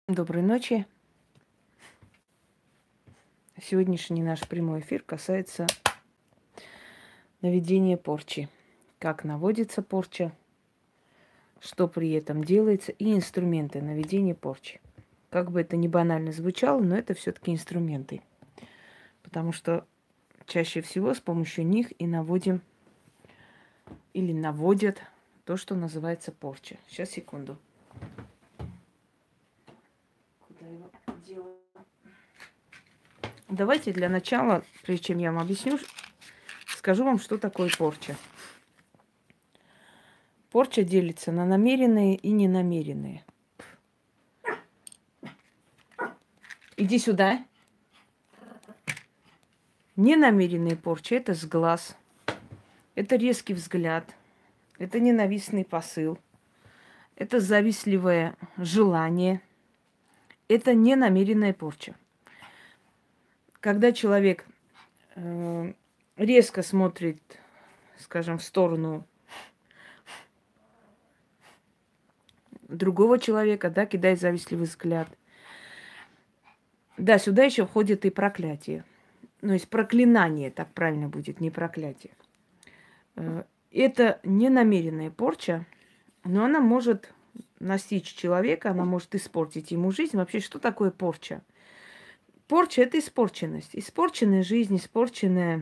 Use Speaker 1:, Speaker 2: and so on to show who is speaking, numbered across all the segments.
Speaker 1: Доброй ночи. Сегодняшний наш прямой эфир касается наведения порчи. Как наводится порча, что при этом делается и инструменты наведения порчи. Как бы это ни банально звучало, но это все-таки инструменты. Потому что чаще всего с помощью них и наводим или наводят то, что называется порча. Сейчас, секунду. Куда его делаю? Давайте для начала, прежде чем я вам объясню, скажу вам, что такое порча. Порча делится на намеренные и ненамеренные. Иди сюда. Ненамеренные порчи – это сглаз, это резкий взгляд, это ненавистный посыл, это завистливое желание, это ненамеренная порча. Когда человек резко смотрит, скажем, в сторону другого человека, да, кидает завистливый взгляд. Да, сюда еще входит и проклятие. Ну, есть проклинание, так правильно будет, не проклятие. Это ненамеренная порча, но она может настичь человека, она может испортить ему жизнь. Вообще, что такое порча? Порча – это испорченность. Испорченная жизнь, испорченная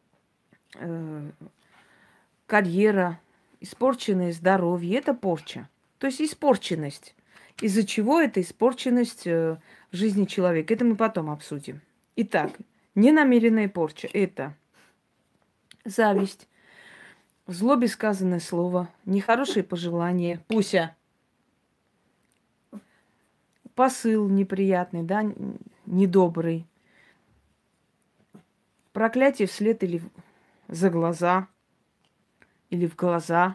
Speaker 1: карьера, испорченное здоровье – это порча. То есть испорченность. Из-за чего это испорченность в жизни человека? Это мы потом обсудим. Итак, ненамеренная порча – это зависть, в злобе сказанное слово, нехорошие пожелания, Пуся, посыл неприятный, да, недобрый, проклятие вслед или за глаза, или в глаза.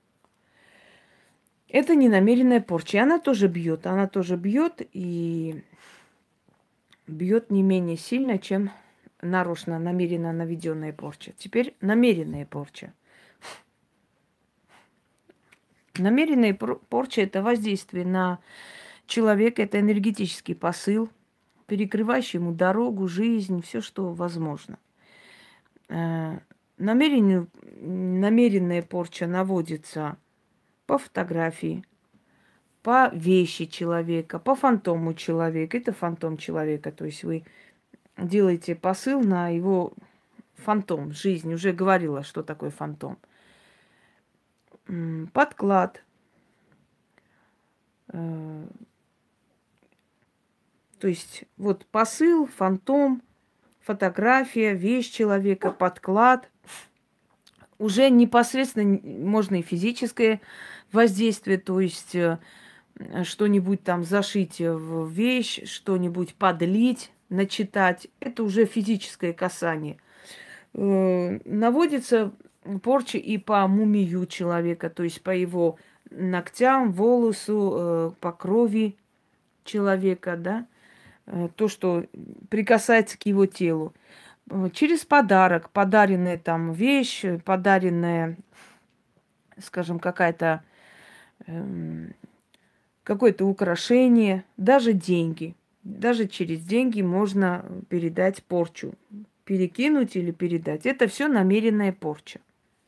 Speaker 1: Это ненамеренная порча. И она тоже бьет. Она тоже бьет и бьет не менее сильно, чем нарочно, намеренно наведенная порча. Теперь намеренная порча. Намеренная порча – это воздействие на человека, это энергетический посыл, перекрывающий ему дорогу, жизнь, все, что возможно. Намеренная порча наводится по фотографии, по вещи человека, по фантому человека. Это фантом человека, то есть вы делаете посыл на его фантом, жизнь. Уже говорила, что такое фантом. Подклад. То есть вот посыл, фантом, фотография, вещь человека, подклад. Уже непосредственно можно и физическое воздействие, то есть что-нибудь там зашить в вещь, что-нибудь подлить, начитать. Это уже физическое касание. Наводится порча и по мумию человека, то есть по его ногтям, волосу, по крови человека, да, то, что прикасается к его телу. Через подарок, подаренная там вещь, подаренная, скажем, какое-то украшение, даже деньги. Даже через деньги можно передать порчу. Перекинуть или передать. Это все намеренная порча.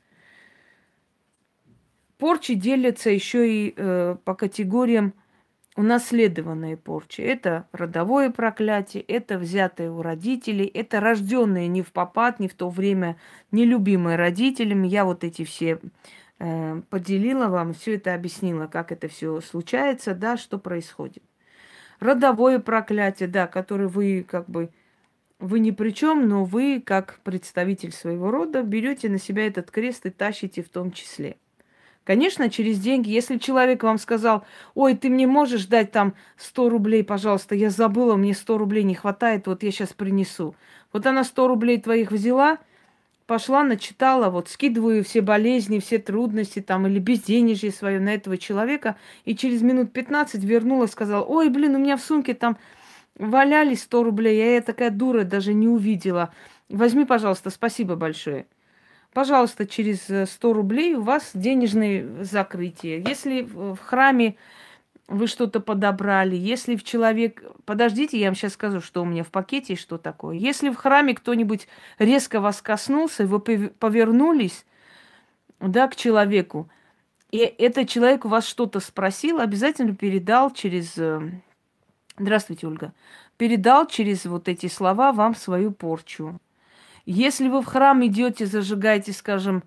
Speaker 1: Порчи делятся еще и по категориям унаследованные порчи. Это родовое проклятие, это взятое у родителей, это рожденные не в попад, не в то время нелюбимые родителями. Я вот эти все поделила вам, все это объяснила, как это все случается, да, что происходит. Родовое проклятие, да, которое вы вы ни при чем, но вы, как представитель своего рода, берете на себя этот крест и тащите в том числе. Конечно, через деньги. Если человек вам сказал: ой, ты мне можешь дать там 100 рублей, пожалуйста, я забыла, мне 100 рублей не хватает, вот я сейчас принесу. Вот она 100 рублей твоих взяла, пошла, начитала, вот скидываю все болезни, все трудности там или безденежье свое на этого человека, и через минут 15 вернулась, сказала: ой, блин, у меня в сумке там валялись 100 рублей, а я такая дура, даже не увидела. Возьми, пожалуйста, спасибо большое. Пожалуйста, через 100 рублей у вас денежное закрытие. Если в храме вы что-то подобрали, если в человек... Подождите, я вам сейчас скажу, что у меня в пакете и что такое. Если в храме кто-нибудь резко вас коснулся, и вы повернулись, да, к человеку, и этот человек у вас что-то спросил, обязательно передал через... Здравствуйте, Ольга. Передал через вот эти слова вам свою порчу. Если вы в храм идете, зажигаете, скажем,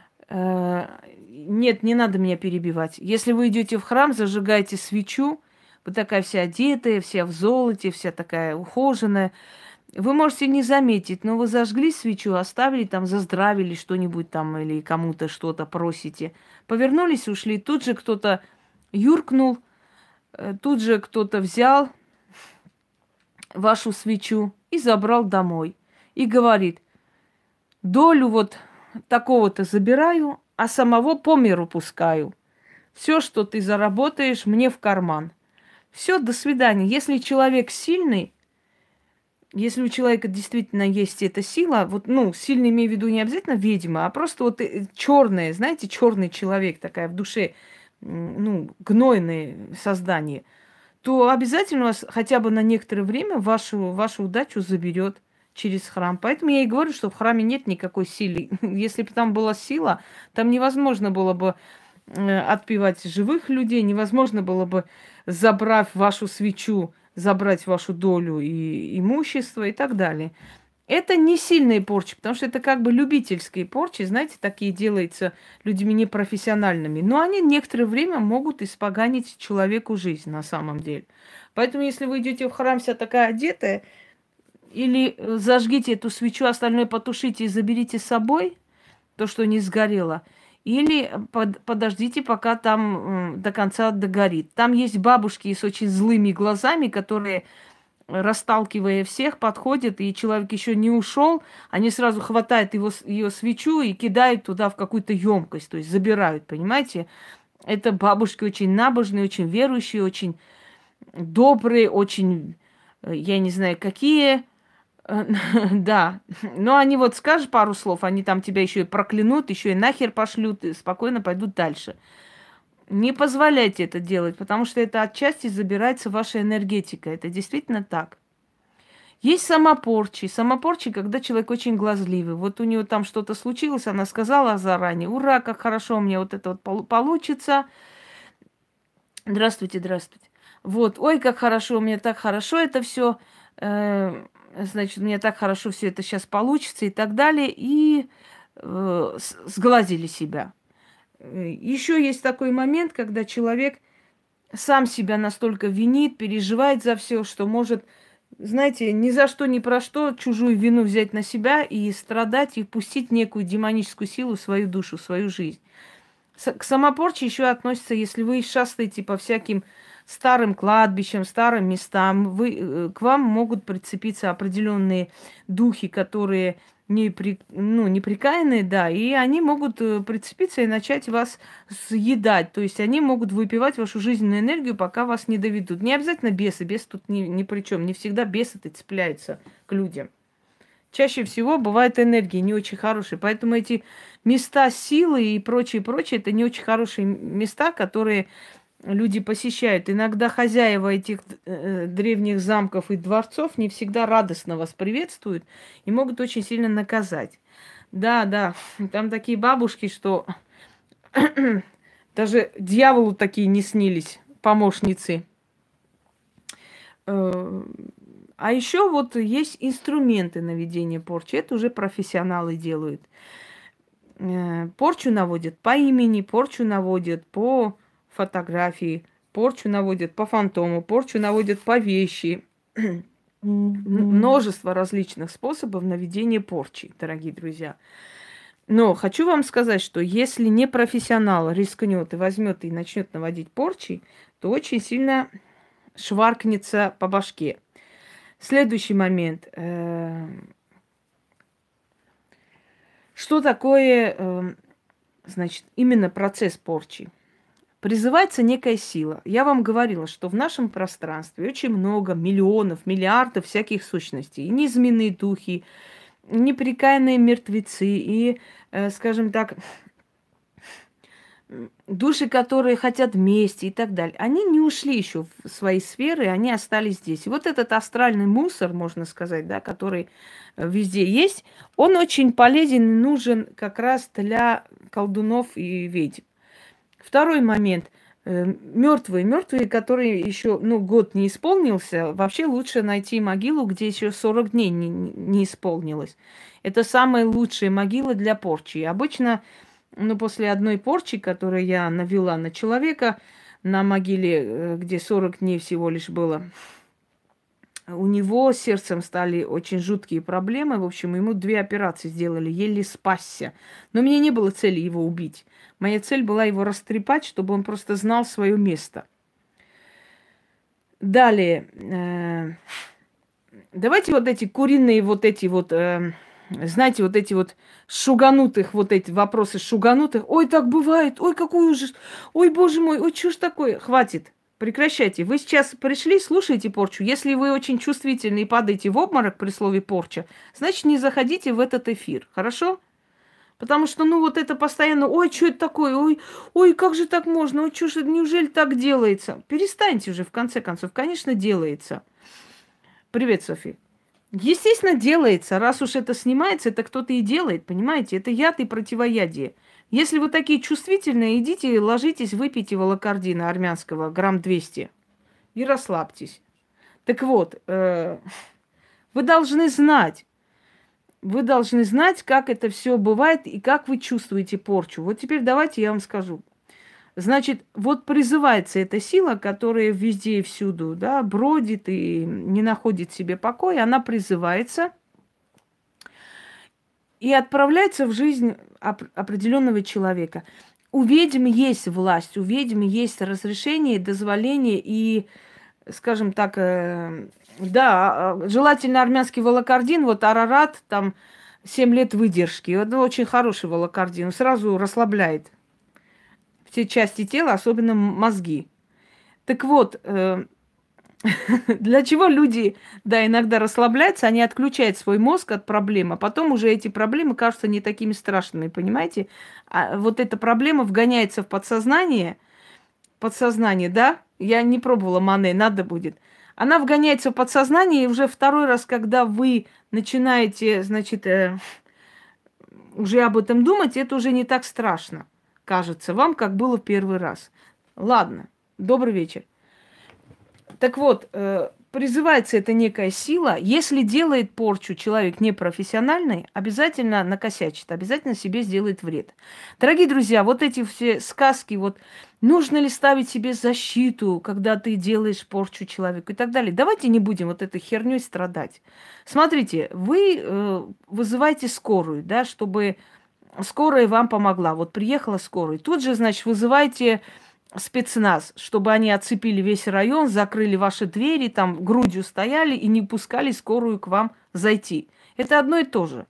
Speaker 1: нет, не надо меня перебивать. Если вы идете в храм, зажигаете свечу, вы такая вся одетая, вся в золоте, вся такая ухоженная, вы можете не заметить, но вы зажгли свечу, оставили там, заздравили что-нибудь там или кому-то что-то просите. Повернулись, ушли, тут же кто-то юркнул, тут же кто-то взял вашу свечу и забрал домой. И говорит, долю вот такого-то забираю, а самого по миру пускаю. Все, что ты заработаешь, мне в карман. Все, до свидания. Если человек сильный, если у человека действительно есть эта сила, вот, ну, сильный имею в виду не обязательно ведьма, а просто вот черное, знаете, черный человек, такая в душе, ну, гнойное создание, то обязательно у вас хотя бы на некоторое время вашу удачу заберет через храм. Поэтому я и говорю, что в храме нет никакой силы. Если бы там была сила, там невозможно было бы отпевать живых людей, невозможно было бы, забрав вашу свечу, забрать вашу долю и имущество и так далее. Это не сильные порчи, потому что это как бы любительские порчи, знаете, такие делаются людьми непрофессиональными. Но они некоторое время могут испоганить человеку жизнь на самом деле. Поэтому, если вы идете в храм вся такая одетая, или зажгите эту свечу, остальное потушите и заберите с собой, то, что не сгорело, или подождите, пока там до конца догорит. Там есть бабушки с очень злыми глазами, которые, расталкивая всех, подходят, и человек еще не ушел, они сразу хватают ее свечу и кидают туда в какую-то емкость, то есть забирают, понимаете? Это бабушки очень набожные, очень верующие, очень добрые, очень, я не знаю, какие. Да, но они вот скажешь пару слов, они там тебя еще и проклянут, еще и нахер пошлют, и спокойно пойдут дальше. Не позволяйте это делать, потому что это отчасти забирается ваша энергетика. Это действительно так. Есть самопорчи. Самопорчи, когда человек очень глазливый. Вот у него там что-то случилось, она сказала заранее, ура, как хорошо у меня вот это вот получится. Здравствуйте, здравствуйте. Вот, ой, как хорошо, у меня так хорошо это все. Значит, у меня так хорошо все это сейчас получится и так далее. И сглазили себя. Еще есть такой момент, когда человек сам себя настолько винит, переживает за все, что может, знаете, ни за что, ни про что чужую вину взять на себя и страдать, и пустить некую демоническую силу в свою душу, в свою жизнь. К самопорче еще относится, если вы шастаете по всяким старым кладбищам, старым местам, к вам могут прицепиться определенные духи, которые неприкаянные, да, и они могут прицепиться и начать вас съедать. То есть они могут выпивать вашу жизненную энергию, пока вас не доведут. Не обязательно бесы, бес тут ни при чем. Не всегда бесы-то цепляются к людям. Чаще всего бывают энергии не очень хорошие. Поэтому эти места силы и прочее, прочее, это не очень хорошие места, которые люди посещают. Иногда хозяева этих древних замков и дворцов не всегда радостно вас приветствуют и могут очень сильно наказать. Да, да, там такие бабушки, что даже дьяволу такие не снились, помощницы. А еще вот есть инструменты наведения порчи. Это уже профессионалы делают. Порчу наводят по имени, порчу наводят по фотографии, порчу наводят по фантому, порчу наводят по вещи. Множество различных способов наведения порчи, дорогие друзья. Но хочу вам сказать, что если не профессионал рискнет и возьмет и начнет наводить порчи, то очень сильно шваркнется по башке. Следующий момент. Что такое, значит, именно процесс порчи? Призывается некая сила. Я вам говорила, что в нашем пространстве очень много, миллионов, миллиардов всяких сущностей. И низменные духи, непрекаянные мертвецы, и, скажем так, души, которые хотят мести и так далее, они не ушли еще в свои сферы, они остались здесь. И вот этот астральный мусор, можно сказать, да, который везде есть, он очень полезен и нужен как раз для колдунов и ведьм. Второй момент. Мертвые, которые еще, год не исполнился, вообще лучше найти могилу, где еще 40 дней не исполнилось. Это самая лучшая могила для порчи. И обычно, после одной порчи, которую я навела на человека, на могиле, где 40 дней всего лишь было, у него с сердцем стали очень жуткие проблемы. В общем, ему 2 операции сделали, еле спасся. Но у меня не было цели его убить. Моя цель была его растрепать, чтобы он просто знал свое место. Далее. Давайте вот эти куриные, знаете, вот эти вот шуганутых, вот эти вопросы шуганутых. Ой, так бывает, ой, какой ужас, ой, боже мой, ой, что ж такое? Хватит. Прекращайте. Вы сейчас пришли, слушаете порчу. Если вы очень чувствительны и падаете в обморок при слове порча, значит, не заходите в этот эфир. Хорошо? Потому что, это постоянно, ой, что это такое, ой, как же так можно, ой, что же, неужели так делается? Перестаньте уже, в конце концов. Конечно, делается. Привет, Софи. Естественно, делается. Раз уж это снимается, это кто-то и делает, понимаете? Это яд и противоядие. Если вы такие чувствительные, идите, ложитесь, выпейте волокордина армянского, грамм 200, и расслабьтесь. Так вот, вы должны знать, как это все бывает и как вы чувствуете порчу. Вот теперь давайте я вам скажу. Значит, вот призывается эта сила, которая везде и всюду, да, бродит и не находит себе покоя, она призывается и отправляется в жизнь определенного человека. У ведьм есть власть, у ведьм есть разрешение, дозволение и, скажем так, желательно армянский волокордин, вот Арарат, там 7 лет выдержки. Это очень хороший волокордин, сразу расслабляет все части тела, особенно мозги. Так вот, для чего люди, иногда расслабляются, они отключают свой мозг от проблем, а потом уже эти проблемы кажутся не такими страшными, понимаете? А вот эта проблема вгоняется в подсознание, да? Я не пробовала Мане, надо будет. Она вгоняется в подсознание, и уже второй раз, когда вы начинаете, уже об этом думать, это уже не так страшно, кажется вам, как было в первый раз. Ладно, добрый вечер. Так вот, призывается эта некая сила. Если делает порчу человек непрофессиональный, обязательно накосячит, обязательно себе сделает вред. Дорогие друзья, вот эти все сказки, нужно ли ставить себе защиту, когда ты делаешь порчу человеку и так далее. Давайте не будем вот этой херней страдать. Смотрите, вы вызываете скорую, да, чтобы скорая вам помогла. Вот приехала скорая. Тут же, вызываете спецназ, чтобы они оцепили весь район, закрыли ваши двери, там грудью стояли и не пускали скорую к вам зайти. Это одно и то же.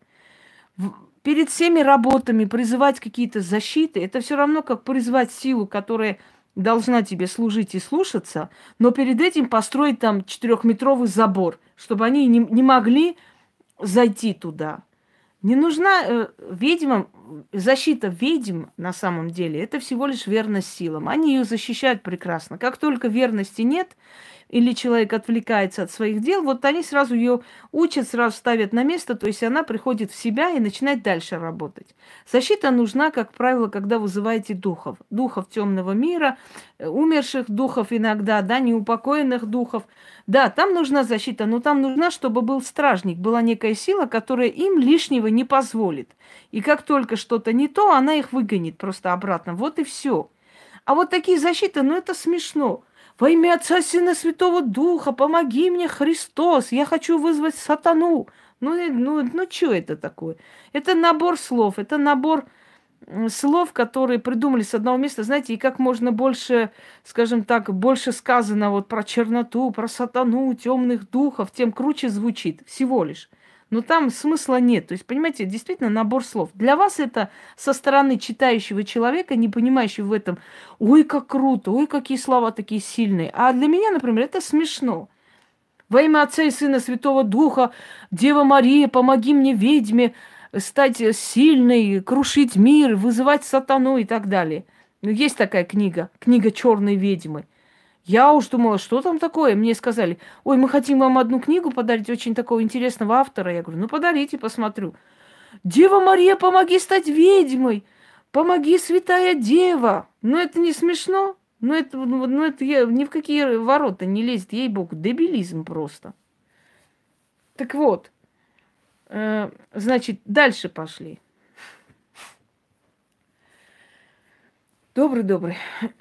Speaker 1: Перед всеми работами призывать какие-то защиты, это все равно, как призвать силу, которая должна тебе служить и слушаться, но перед этим построить там 4-метровый забор, чтобы они не могли зайти туда. Не нужна ведьмам, защита ведьм на самом деле, это всего лишь верность силам. Они ее защищают прекрасно. Как только верности нет, или человек отвлекается от своих дел, вот они сразу ее учат, сразу ставят на место, то есть она приходит в себя и начинает дальше работать. Защита нужна, как правило, когда вызываете духов. Духов темного мира, умерших духов иногда, да, неупокоенных духов. Да, там нужна защита, но там нужна, чтобы был стражник, была некая сила, которая им лишнего не позволит. И как только что-то не то, она их выгонит просто обратно. Вот и все. А вот такие защиты, это смешно. Во имя Отца, Сына, Святого Духа, помоги мне, Христос, я хочу вызвать сатану. Что это такое? Это набор слов, это набор слов, которые придумали с одного места, знаете, и как можно больше, скажем так, больше сказано про черноту, про сатану, темных духов, тем круче звучит, всего лишь. Но там смысла нет. То есть, понимаете, действительно набор слов. Для вас это со стороны читающего человека, не понимающего в этом, ой, как круто, ой, какие слова такие сильные. А для меня, например, это смешно. Во имя Отца и Сына Святого Духа, Дева Мария, помоги мне, ведьме, стать сильной, крушить мир, вызывать сатану и так далее. Ну, есть такая книга, книга черной ведьмы. Я уж думала, что там такое. Мне сказали, ой, мы хотим вам одну книгу подарить, очень такого интересного автора. Я говорю, ну подарите, посмотрю. Дева Мария, помоги стать ведьмой! Помоги, святая дева! Ну это не смешно? Ну это ни в какие ворота не лезет, ей-богу, дебилизм просто. Так вот, значит, дальше пошли. Добрый.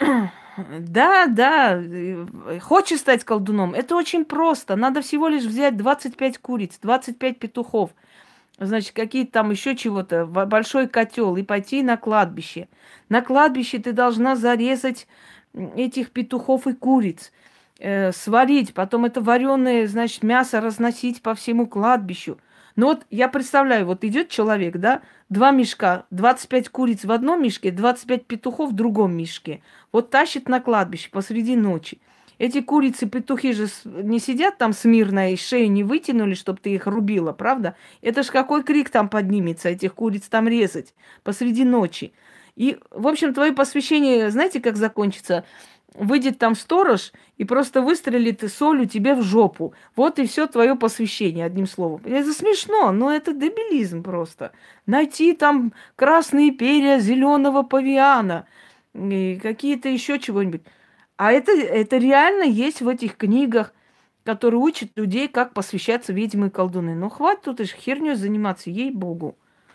Speaker 1: Да, хочешь стать колдуном? Это очень просто. Надо всего лишь взять 25 куриц, 25 петухов, значит, какие-то там еще чего-то, большой котел и пойти на кладбище. На кладбище ты должна зарезать этих петухов и куриц, сварить, потом это вареное, значит, мясо разносить по всему кладбищу. Ну вот я представляю, вот идет человек, да, 2 мешка, 25 куриц в одном мешке, 25 петухов в другом мешке. Вот тащит на кладбище посреди ночи. Эти курицы, петухи же не сидят там смирно и шею не вытянули, чтобы ты их рубила, правда? Это ж какой крик там поднимется, этих куриц там резать посреди ночи. И, в общем, твое посвящение, знаете, как закончится? Выйдет там сторож и просто выстрелит солью тебе в жопу. Вот и все твое посвящение, одним словом. Это смешно, но это дебилизм просто. Найти там красные перья зеленого павиана, и какие-то еще чего-нибудь. А это реально есть в этих книгах, которые учат людей, как посвящаться ведьмы и колдуны. Ну, хватит тут уж херней заниматься, ей-богу.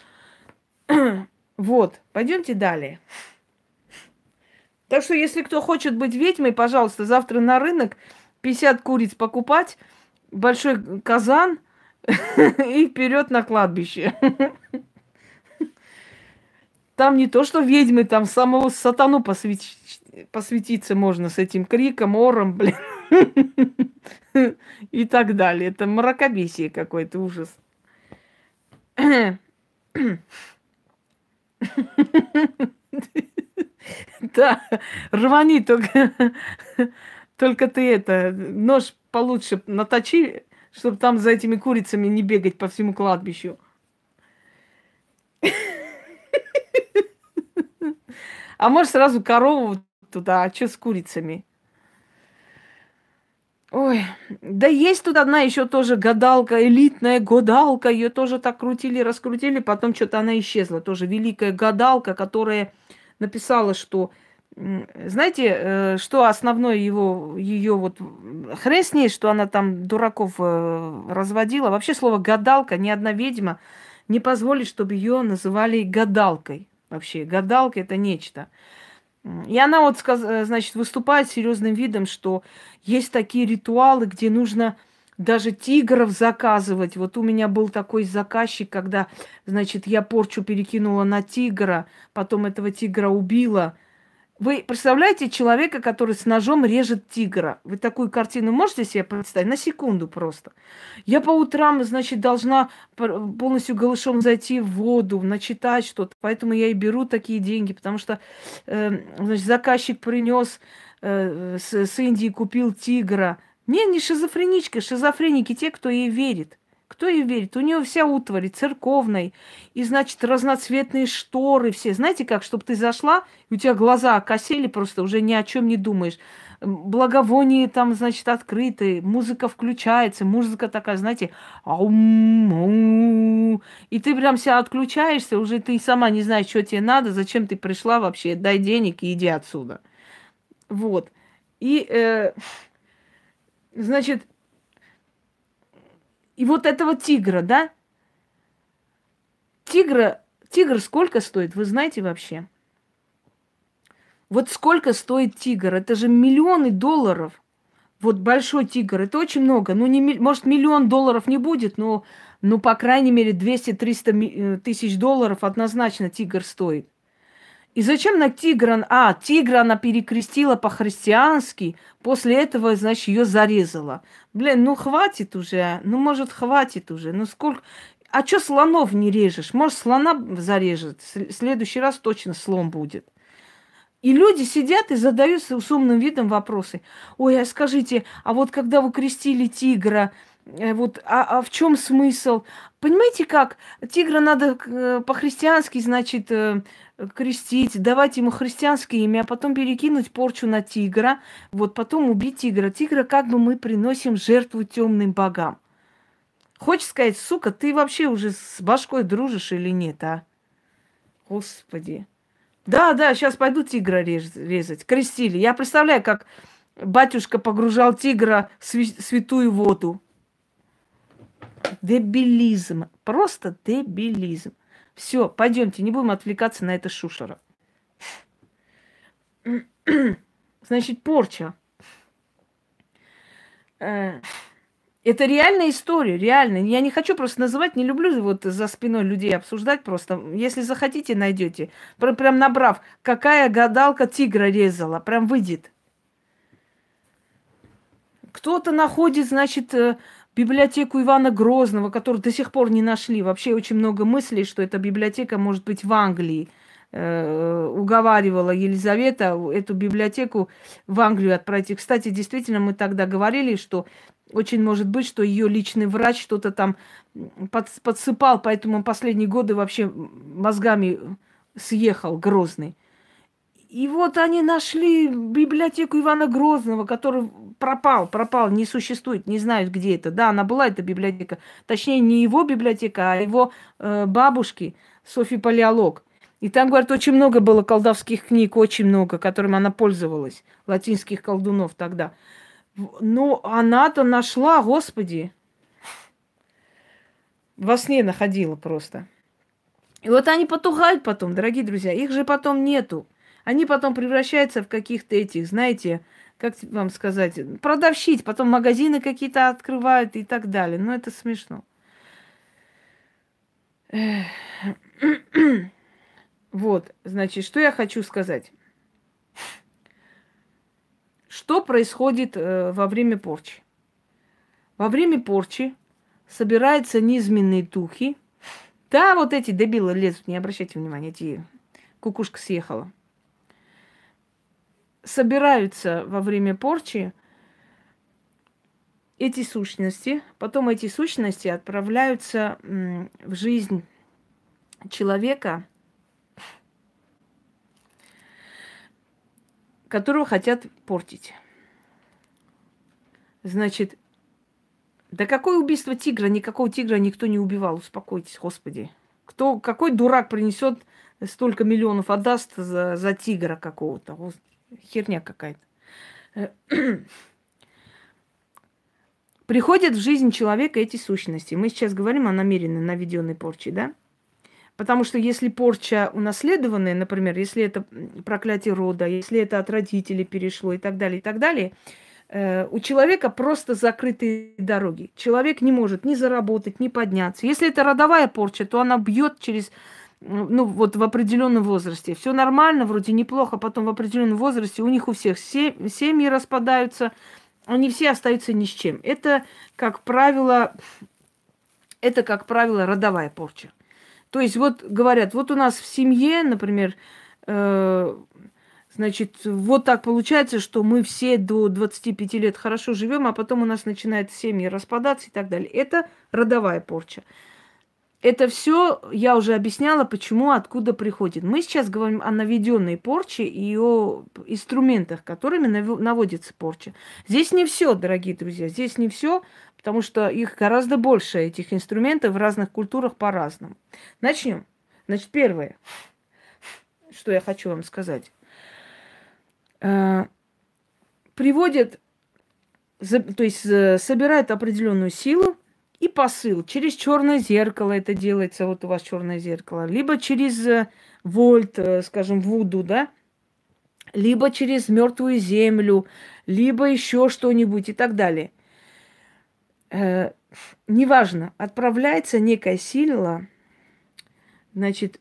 Speaker 1: Вот, пойдемте далее. Так что, если кто хочет быть ведьмой, пожалуйста, завтра на рынок 50 куриц покупать, большой казан и вперед на кладбище. Там не то, что ведьмы, там самого сатану посвятиться можно с этим криком, ором, блин. И так далее. Это мракобесие какой-то, ужас. Да, рвани только ты это, нож получше наточи, чтобы там за этими курицами не бегать по всему кладбищу. А может сразу корову туда, а что с курицами? Ой, да есть тут одна еще тоже гадалка, элитная гадалка, ее тоже так крутили, раскрутили, потом что-то она исчезла, тоже великая гадалка, которая написала, что, знаете, что основное ее вот хрен с ней, что она там дураков разводила. Вообще слово гадалка, ни одна ведьма не позволит, чтобы ее называли гадалкой. Вообще, гадалка это нечто. И она вот, значит, выступает с серьезным видом, что есть такие ритуалы, где нужно даже тигров заказывать. Вот у меня был такой заказчик, когда, значит, я порчу перекинула на тигра, потом этого тигра убила. Вы представляете человека, который с ножом режет тигра? Вы такую картину можете себе представить? На секунду просто. Я по утрам, значит, должна полностью голышом зайти в воду, начитать что-то. Поэтому я и беру такие деньги, потому что, значит, заказчик принес с Индии, купил тигра. Не шизофреничка, шизофреники те, кто ей верит. Кто ей верит? У нее вся утварь церковной, и, значит, разноцветные шторы все. Знаете как, чтобы ты зашла, и у тебя глаза окосели, просто уже ни о чем не думаешь. Благовоние там, значит, открыты, музыка включается, музыка такая, знаете, аум, и ты прям себя отключаешься, уже ты сама не знаешь, что тебе надо, зачем ты пришла вообще, дай денег и иди отсюда. Вот. И, значит, и вот этого тигра, да? Тигр сколько стоит, вы знаете вообще? Вот сколько стоит тигр? Это же миллионы долларов. Вот большой тигр, это очень много. Ну, может, $1 000 000 не будет, но, ну, по крайней мере, 200-300 тысяч долларов однозначно тигр стоит. И зачем на тигра? Тигра она перекрестила по-христиански, после этого, значит, ее зарезала. Блин, ну хватит уже, ну, может, хватит уже, ну сколько... А чё слонов не режешь? Может, слона зарежет? В следующий раз точно слон будет. И люди сидят и задают с умным видом вопросы. Ой, а скажите, а вот когда вы крестили тигра, А в чем смысл? Понимаете как? Тигра надо по-христиански, значит, крестить, давать ему христианское имя, а потом перекинуть порчу на тигра, вот потом убить тигра. Тигра как бы мы приносим жертву темным богам. Хочешь сказать, сука, ты вообще уже с башкой дружишь или нет, а? Господи. Да, да, сейчас пойду тигра резать. Крестили. Я представляю, как батюшка погружал тигра в святую воду. Дебилизм. Просто дебилизм. Все, пойдемте, не будем отвлекаться на это шушера. Значит, порча. Это реальная история, реально. Я не хочу просто называть, не люблю вот за спиной людей обсуждать просто. Если захотите, найдете. Прям набрав, какая гадалка тигра резала, прям выйдет. Кто-то находит, значит, библиотеку Ивана Грозного, которую до сих пор не нашли. Вообще очень много мыслей, что эта библиотека может быть в Англии. Уговаривала Елизавета эту библиотеку в Англию отправить. И, кстати, действительно, мы тогда говорили, что очень может быть, что ее личный врач что-то там подсыпал, поэтому последние годы вообще мозгами съехал Грозный. И вот они нашли библиотеку Ивана Грозного, который пропал, не существует, не знают, где это. Да, она была, эта библиотека. Точнее, не его библиотека, а его бабушки Софьи Палеолог. И там, говорят, очень много было колдовских книг, очень много, которыми она пользовалась, латинских колдунов тогда. Но она-то нашла, Господи, во сне находила просто. И вот они потухают потом, дорогие друзья, их же потом нету. Они потом превращаются в каких-то этих, знаете, как вам сказать, продавщиц, потом магазины какие-то открывают и так далее. Но это смешно. Вот, значит, что я хочу сказать. Что происходит во время порчи? Во время порчи собираются низменные духи. Да, вот эти дебилы лезут, не обращайте внимания, эти кукушка съехала. Собираются во время порчи эти сущности, потом эти сущности отправляются в жизнь человека, которого хотят портить. Значит, да какое убийство тигра? Никакого тигра никто не убивал. Успокойтесь, Господи. Какой дурак принесет столько миллионов, отдаст за тигра какого-то? Херня какая-то. Приходят в жизнь человека эти сущности. Мы сейчас говорим о намеренно наведенной порче, да? Потому что если порча унаследованная, например, если это проклятие рода, если это от родителей перешло и так далее, у человека просто закрытые дороги. Человек не может ни заработать, ни подняться. Если это родовая порча, то она бьет через, ну, вот в определенном возрасте. Все нормально, вроде неплохо, потом в определенном возрасте у них у всех семьи распадаются, они все остаются ни с чем. Это, как правило, родовая порча. То есть вот говорят, вот у нас в семье, например, значит, вот так получается, что мы все до 25 лет хорошо живем, а потом у нас начинают семьи распадаться и так далее. Это родовая порча. Это все я уже объясняла, почему, откуда приходит. Мы сейчас говорим о наведенной порче и о инструментах, которыми наводится порча. Здесь не все, дорогие друзья, здесь не все, потому что их гораздо больше, этих инструментов в разных культурах по-разному. Начнем. Значит, первое, что я хочу вам сказать. Приводят, то есть собирают определенную силу и посыл. Через черное зеркало это делается, вот у вас черное зеркало, либо через вольт, скажем, вуду, да, либо через мертвую землю, либо еще что-нибудь и так далее. Неважно, отправляется некая сила, значит,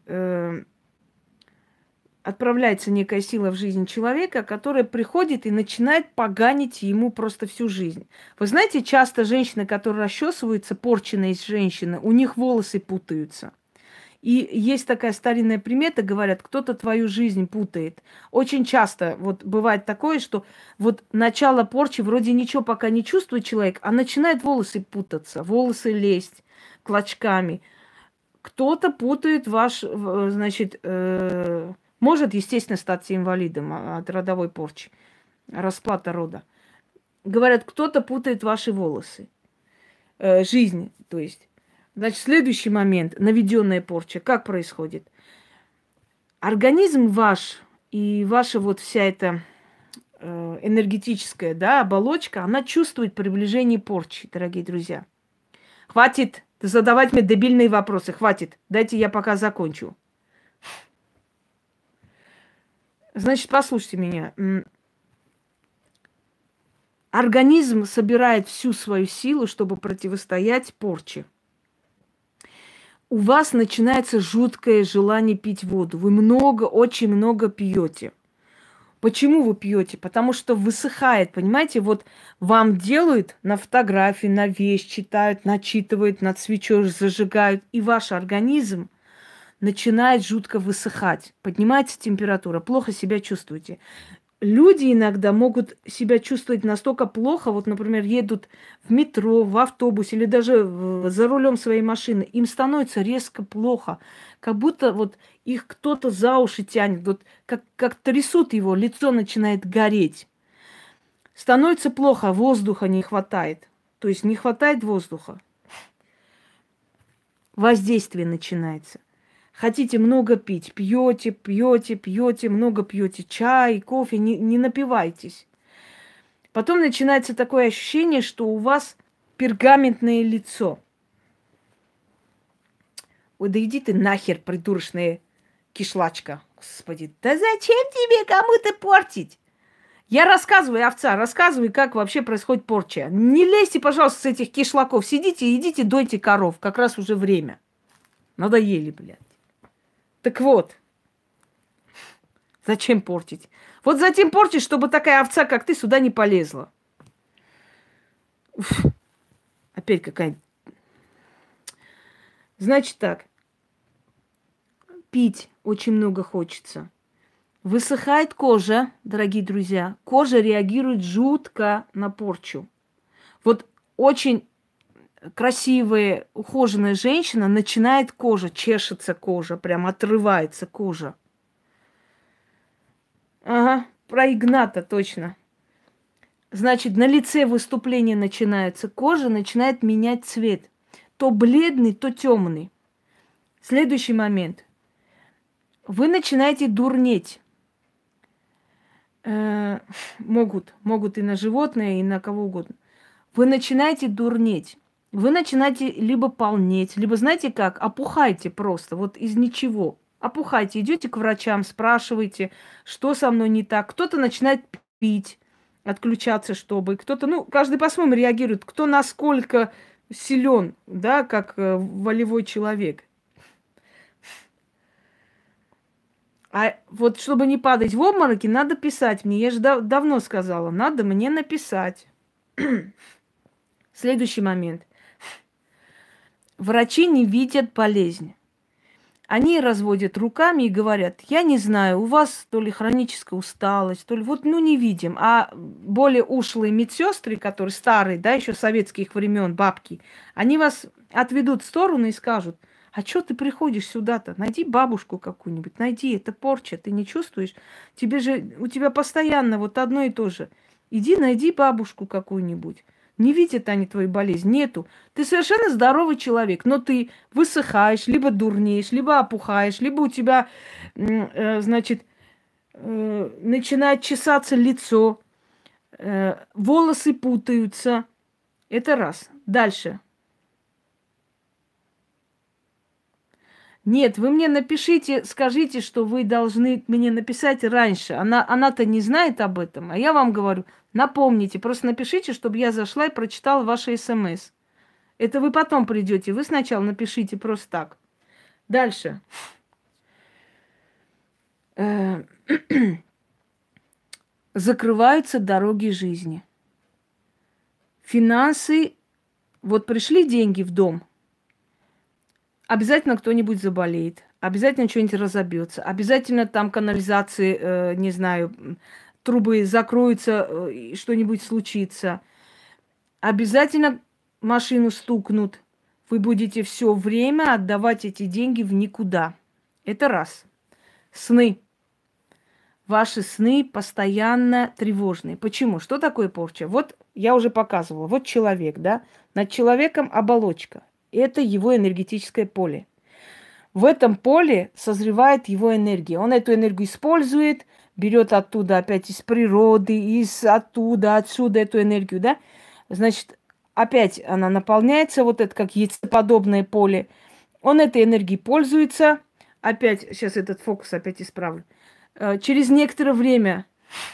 Speaker 1: отправляется некая сила в жизнь человека, которая приходит и начинает поганить ему просто всю жизнь. Вы знаете, часто женщины, которые расчесываются, порченные женщины, у них волосы путаются. И есть такая старинная примета, говорят, кто-то твою жизнь путает. Очень часто вот бывает такое, что вот начало порчи, вроде ничего пока не чувствует человек, а начинает волосы путаться, волосы лезть клочками. Кто-то путает значит, может, естественно, стать инвалидом от родовой порчи, расплата рода. Говорят, кто-то путает ваши волосы, жизнь, то есть. Значит, следующий момент, наведенная порча, как происходит? Организм ваш и ваша вот вся эта энергетическая, да, оболочка, она чувствует приближение порчи, дорогие друзья. Хватит задавать мне дебильные вопросы, хватит. Дайте я пока закончу. Значит, послушайте меня. Организм собирает всю свою силу, чтобы противостоять порче. У вас начинается жуткое желание пить воду. Вы очень много пьете. Почему вы пьете? Потому что высыхает, понимаете? Вот вам делают на фотографии, на вещь, читают, начитывают, над свечой зажигают, и ваш организм начинает жутко высыхать. Поднимается температура, плохо себя чувствуете. Люди иногда могут себя чувствовать настолько плохо, вот, например, едут в метро, в автобусе или даже за рулем своей машины, им становится резко плохо, как будто вот их кто-то за уши тянет, вот как трясут его, лицо начинает гореть. Становится плохо, воздуха не хватает, то есть не хватает воздуха. Воздействие начинается. Хотите много пить, пьете, много пьете чай, кофе, не напивайтесь. Потом начинается такое ощущение, что у вас пергаментное лицо. Ой, да иди ты нахер, придурочная кишлачка. Господи, да зачем тебе кому-то портить? Я рассказываю, овца, рассказывай, как вообще происходит порча. Не лезьте, пожалуйста, с этих кишлаков. Сидите, идите, дойте коров. Как раз уже время. Надоели, блядь. Так вот, зачем портить? Вот затем портить, чтобы такая овца, как ты, сюда не полезла. Уф, опять какая-нибудь. Значит так, пить очень много хочется. Высыхает кожа, дорогие друзья. Кожа реагирует жутко на порчу. Вот очень красивая, ухоженная женщина, начинает кожа, чешется кожа, прям отрывается кожа. Ага, про Игната точно. Значит, на лице выступление начинается, кожа начинает менять цвет. То бледный, то темный. Следующий момент. Вы начинаете дурнеть. Могут и на животное, и на кого угодно. Вы начинаете дурнеть. Вы начинаете либо полнеть, либо, знаете как, опухаете просто, вот из ничего. Опухаете, идете к врачам, спрашиваете, что со мной не так. Кто-то начинает пить, отключаться, чтобы. Кто-то, ну, каждый по-своему реагирует. Кто насколько силен, да, как волевой человек. А вот чтобы не падать в обмороки, надо писать мне. Я же давно сказала, надо мне написать. Следующий момент. Врачи не видят болезнь. Они разводят руками и говорят, я не знаю, у вас то ли хроническая усталость, то ли вот, ну, не видим. А более ушлые медсестры, которые старые, да, еще советских времен, бабки, они вас отведут в сторону и скажут, а что ты приходишь сюда-то? Найди бабушку какую-нибудь, найди, это порча, ты не чувствуешь? У тебя постоянно вот одно и то же. Иди найди бабушку какую-нибудь. Не видят они твою болезнь, нету. Ты совершенно здоровый человек, но ты высыхаешь, либо дурнеешь, либо опухаешь, либо у тебя, значит, начинает чесаться лицо, волосы путаются. Это раз. Дальше. Нет, вы мне напишите, скажите, что вы должны мне написать раньше. Она-то не знает об этом, а я вам говорю, напомните, просто напишите, чтобы я зашла и прочитала ваши СМС. Это вы потом придете, вы сначала напишите просто так. Дальше. Закрываются дороги жизни. Финансы. Вот пришли деньги в дом. обязательно кто-нибудь заболеет, обязательно что-нибудь разобьется, обязательно там канализации, не знаю, трубы закроются, и что-нибудь случится. Обязательно машину стукнут. Вы будете все время отдавать эти деньги в никуда. Это раз. Сны. Ваши сны постоянно тревожные. Почему? Что такое порча? Вот я уже показывала. Вот человек, да? Над человеком оболочка. Это его энергетическое поле. В этом поле созревает его энергия. Он эту энергию использует, берет оттуда опять из природы, из оттуда, отсюда эту энергию, да? Значит, опять она наполняется, вот это как яйцеподобное поле. Он этой энергией пользуется. Опять, сейчас этот фокус опять исправлю. Через некоторое время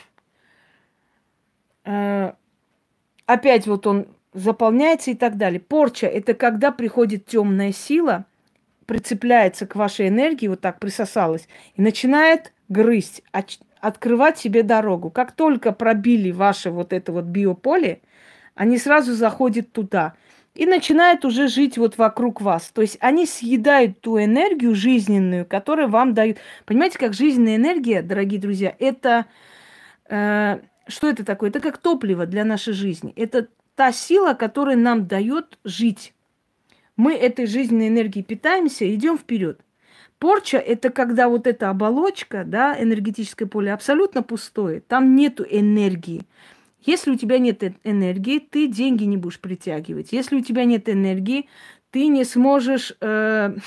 Speaker 1: опять вот он заполняется и так далее. Порча – это когда приходит темная сила, прицепляется к вашей энергии, вот так присосалась, и начинает грызть, открывать себе дорогу. Как только пробили ваше вот это вот биополе, они сразу заходят туда и начинают уже жить вот вокруг вас. То есть они съедают ту энергию жизненную, которую вам дают. Понимаете, как жизненная энергия, дорогие друзья, это... что это такое? Это как топливо для нашей жизни. Это та сила, которая нам дает жить. Мы этой жизненной энергией питаемся и идем вперед. Порча – это когда вот эта оболочка, да, энергетическое поле абсолютно пустое. Там нету энергии. Если у тебя нет энергии, ты деньги не будешь притягивать. Если у тебя нет энергии, ты не сможешь, то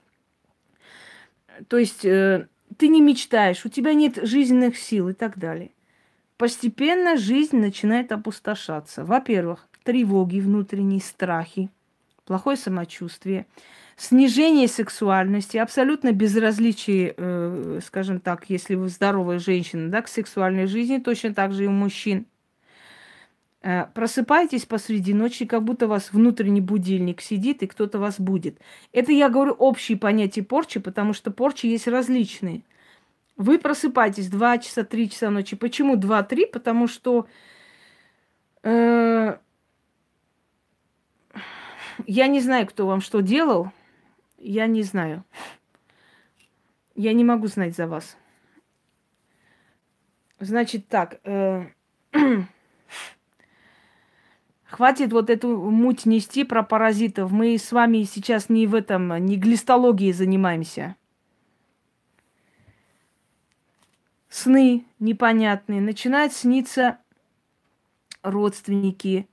Speaker 1: есть ты не мечтаешь, у тебя нет жизненных сил и так далее. Постепенно жизнь начинает опустошаться. Во-первых, тревоги внутренние, страхи, плохое самочувствие, снижение сексуальности, абсолютно безразличие, скажем так, если вы здоровая женщина, да, к сексуальной жизни, точно так же и у мужчин. Просыпаетесь посреди ночи, как будто у вас внутренний будильник сидит, и кто-то вас будет. Это я говорю общие понятия порчи, потому что порчи есть различные. Вы просыпаетесь 2 часа, 3 часа ночи. Почему 2-3? Потому что я не знаю, кто вам что делал. Я не знаю. Я не могу знать за вас. Значит так, хватит вот эту муть нести про паразитов. Мы с вами сейчас не в этом, не глистологией занимаемся. Сны непонятные. Начинают сниться родственники.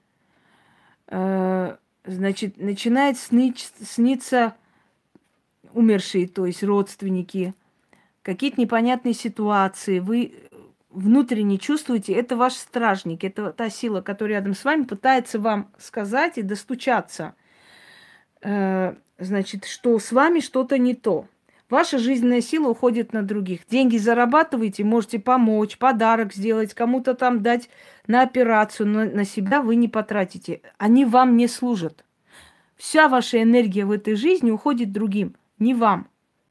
Speaker 1: Значит, начинает сниться умершие, то есть родственники. Какие-то непонятные ситуации. Вы внутренне чувствуете, это ваш стражник, это та сила, которая рядом с вами пытается вам сказать и достучаться, значит, что с вами что-то не то. Ваша жизненная сила уходит на других. Деньги зарабатываете, можете помочь, подарок сделать, кому-то там дать на операцию, но на себя вы не потратите. Они вам не служат. Вся ваша энергия в этой жизни уходит другим, не вам.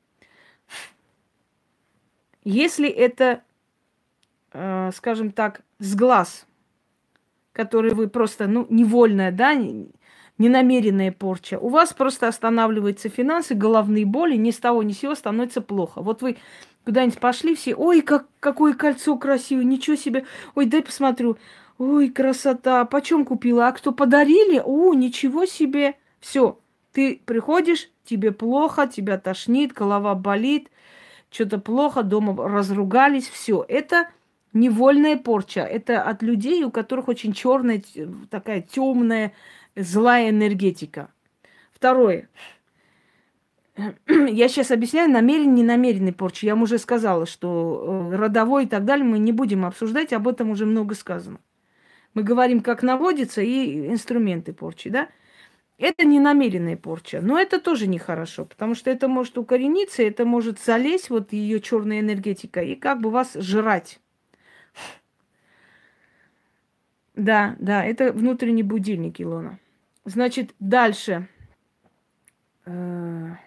Speaker 1: Если это, скажем так, с глаз, который вы просто, невольная, да, ненамеренная порча, у вас просто останавливаются финансы, головные боли, ни с того ни с сего становится плохо. Вот вы куда-нибудь пошли все, ой, какое кольцо красивое, ничего себе, ой, дай посмотрю, ой, красота, почем купила, а кто подарили, о, ничего себе, все, ты приходишь, тебе плохо, тебя тошнит, голова болит, что-то плохо, дома разругались, все, это невольная порча, это от людей, у которых очень черная, такая темная, злая энергетика. Второе. Я сейчас объясняю намеренный, ненамеренный порчи. Я вам уже сказала, что родовой и так далее мы не будем обсуждать, об этом уже много сказано. Мы говорим, как наводится и инструменты порчи, да? Это ненамеренная порча, но это тоже нехорошо, потому что это может укорениться, это может залезть, вот ее черная энергетика, и как бы вас жрать. Да, это внутренний будильник, Илона. Значит, дальше. Что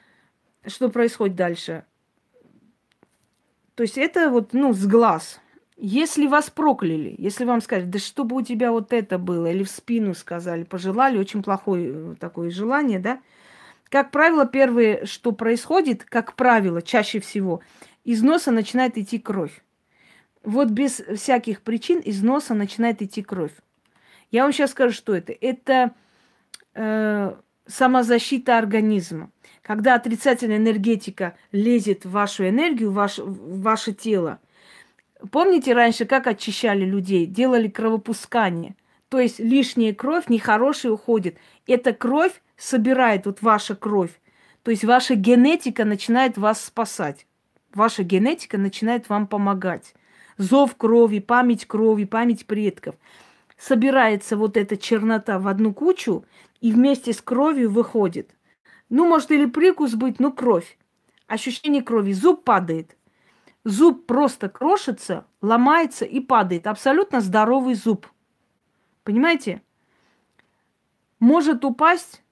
Speaker 1: происходит дальше? То есть это вот, с глаз. Если вас прокляли, если вам сказали, да чтобы у тебя вот это было, или в спину сказали, пожелали, очень плохое такое желание, да, как правило, первое, что происходит, как правило, чаще всего, из носа начинает идти кровь. Вот без всяких причин из носа начинает идти кровь. Я вам сейчас скажу, что это. Это самозащита организма. Когда отрицательная энергетика лезет в вашу энергию, в ваше тело. Помните раньше, как очищали людей? Делали кровопускание. То есть лишняя кровь, нехорошая уходит. Эта кровь собирает, вот ваша кровь. То есть ваша генетика начинает вас спасать. Ваша генетика начинает вам помогать. Зов крови, память предков. Собирается вот эта чернота в одну кучу и вместе с кровью выходит. Ну, может, или прикус быть, но кровь. Ощущение крови. Зуб падает. Зуб просто крошится, ломается и падает. Абсолютно здоровый зуб. Понимаете? Может упасть,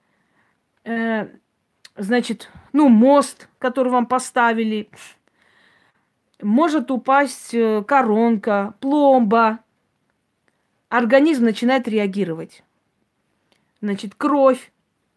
Speaker 1: значит, ну, мост, который вам поставили. Может упасть коронка, пломба. Организм начинает реагировать. Значит, кровь,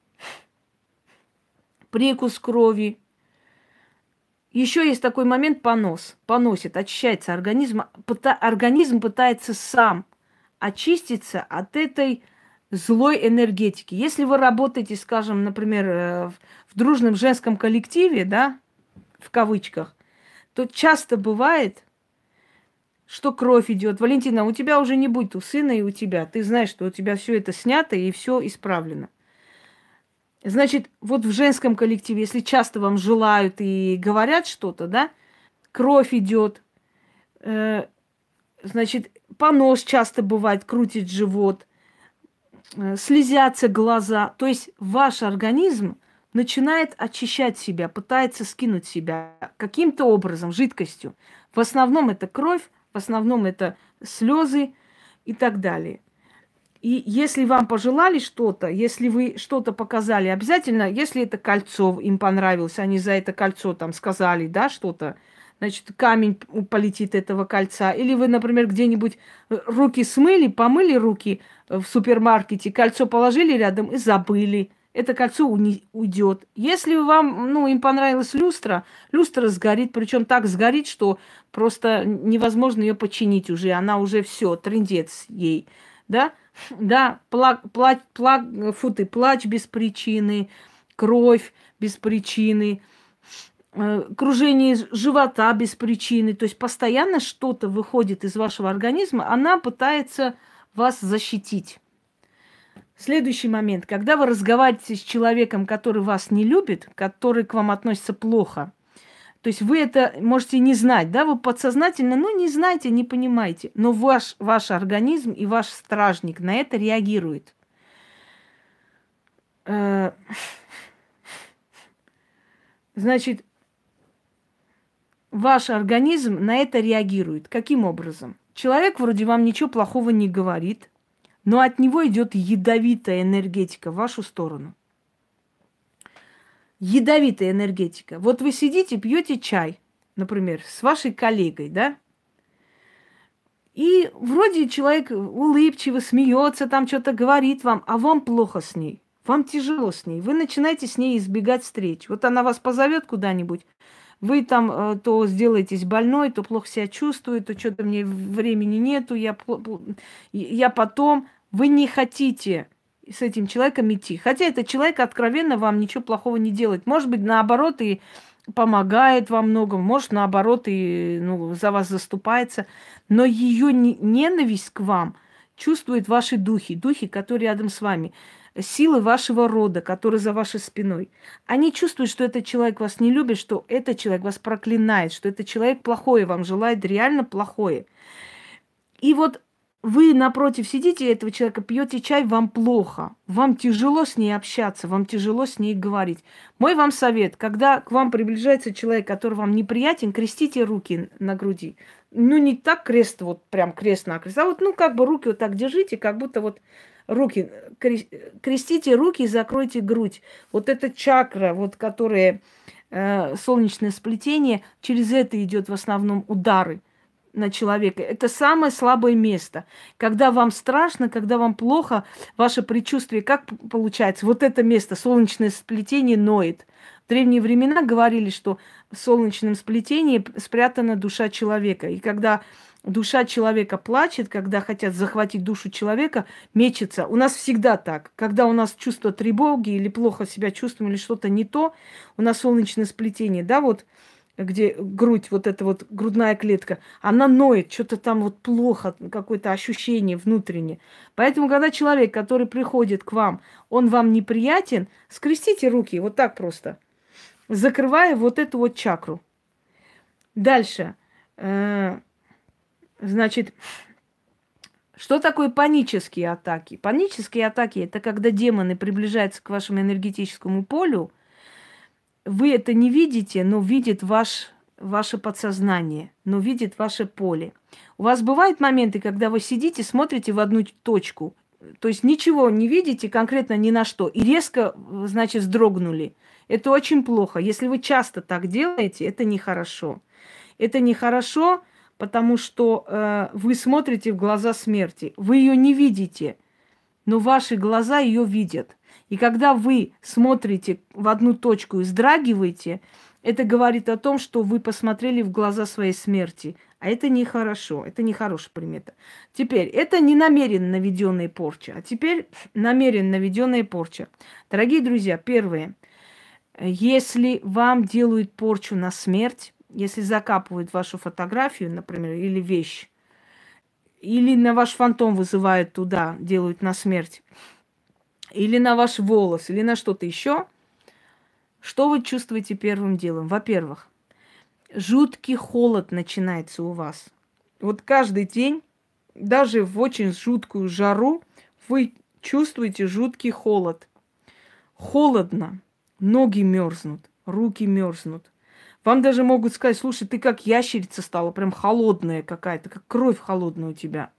Speaker 1: прикус крови. Еще есть такой момент понос. Поносит, очищается организм. Организм пытается сам очиститься от этой злой энергетики. Если вы работаете, скажем, например, в дружном женском коллективе, да, в кавычках, то часто бывает, что кровь идет. Валентина, у тебя уже не будет у сына и у тебя. Ты знаешь, что у тебя все это снято и все исправлено. Значит, вот в женском коллективе, если часто вам желают и говорят что-то, да, кровь идет, значит, понос часто бывает, крутит живот, слезятся глаза. То есть ваш организм начинает очищать себя, пытается скинуть себя каким-то образом, жидкостью. В основном это кровь, в основном это слезы и так далее. И если вам пожелали что-то, если вы что-то показали, обязательно, если это кольцо им понравилось, они за это кольцо там сказали, да, что-то, значит, камень полетит этого кольца. Или вы, например, где-нибудь руки смыли, помыли руки в супермаркете, кольцо положили рядом и забыли. Это кольцо уйдет. Если вам, ну, им понравилась люстра, люстра сгорит, причем так сгорит, что просто невозможно ее починить уже. Она уже все, трындец ей, да? Да, плач без причины, кровь без причины, кружение живота без причины. То есть постоянно что-то выходит из вашего организма, она пытается вас защитить. Следующий момент. Когда вы разговариваете с человеком, который вас не любит, который к вам относится плохо, то есть вы это можете не знать, да, вы подсознательно, ну, не знаете, не понимаете, но ваш организм и ваш стражник на это реагирует. Значит, ваш организм на это реагирует. Каким образом? Человек вроде вам ничего плохого не говорит, но от него идет ядовитая энергетика в вашу сторону. Ядовитая энергетика. Вот вы сидите, пьете чай, например, с вашей коллегой, да? И вроде человек улыбчиво смеется, там что-то говорит вам, а вам плохо с ней. Вам тяжело с ней. Вы начинаете с ней избегать встреч. Вот она вас позовет куда-нибудь, вы там то сделаетесь больной, то плохо себя чувствуете, то что-то мне времени нету, я потом. Вы не хотите с этим человеком идти. Хотя этот человек откровенно вам ничего плохого не делает. Может быть, наоборот, и помогает во многом, может, наоборот, и за вас заступается. Но ее ненависть к вам чувствуют ваши духи, которые рядом с вами, силы вашего рода, которые за вашей спиной. Они чувствуют, что этот человек вас не любит, что этот человек вас проклинает, что этот человек плохое вам желает, реально плохое. И вот вы напротив сидите этого человека, пьете чай, вам плохо, вам тяжело с ней общаться, вам тяжело с ней говорить. Мой вам совет, когда к вам приближается человек, который вам неприятен, крестите руки на груди. Ну, не так крест, вот прям крест-накрест, а вот, как бы руки вот так держите, как будто вот руки, крестите руки и закройте грудь. Вот эта чакра, вот которая солнечное сплетение, через это идет в основном удары. на человека, это самое слабое место. Когда вам страшно, когда вам плохо, ваше предчувствие, как получается? Вот это место, солнечное сплетение, ноет. В древние времена говорили, что в солнечном сплетении спрятана душа человека. И когда душа человека плачет, когда хотят захватить душу человека, мечется. У нас всегда так. Когда у нас чувство тревоги или плохо себя чувствуем, или что-то не то, у нас солнечное сплетение, да, вот где грудь, вот эта вот грудная клетка, она ноет, что-то там вот плохо, какое-то ощущение внутреннее. Поэтому, когда человек, который приходит к вам, он вам неприятен, скрестите руки, вот так просто, закрывая вот эту вот чакру. Дальше. Значит, что такое панические атаки? Панические атаки – это когда демоны приближаются к вашему энергетическому полю. Вы это не видите, но видит ваше подсознание, но видит ваше поле. У вас бывают моменты, когда вы сидите, смотрите в одну точку, то есть ничего не видите конкретно ни на что, и резко, значит, вздрогнули. Это очень плохо. Если вы часто так делаете, это нехорошо. Это нехорошо, потому что вы смотрите в глаза смерти. Вы ее не видите, но ваши глаза ее видят. И когда вы смотрите в одну точку и вздрагиваете, это говорит о том, что вы посмотрели в глаза своей смерти. А это нехорошо, это нехорошая примета. Теперь, это не намеренно наведенная порча, а теперь намеренно наведенная порча. Дорогие друзья, первое. Если вам делают порчу на смерть, если закапывают вашу фотографию, например, или вещь, или на ваш фантом вызывают туда, делают на смерть, или на ваш волос, или на что-то еще, что вы чувствуете первым делом? Во-первых, жуткий холод начинается у вас. Вот каждый день, даже в очень жуткую жару, вы чувствуете жуткий холод. Холодно, ноги мерзнут, руки мерзнут. Вам даже могут сказать: слушай, ты как ящерица стала, прям холодная какая-то, как кровь холодная у тебя.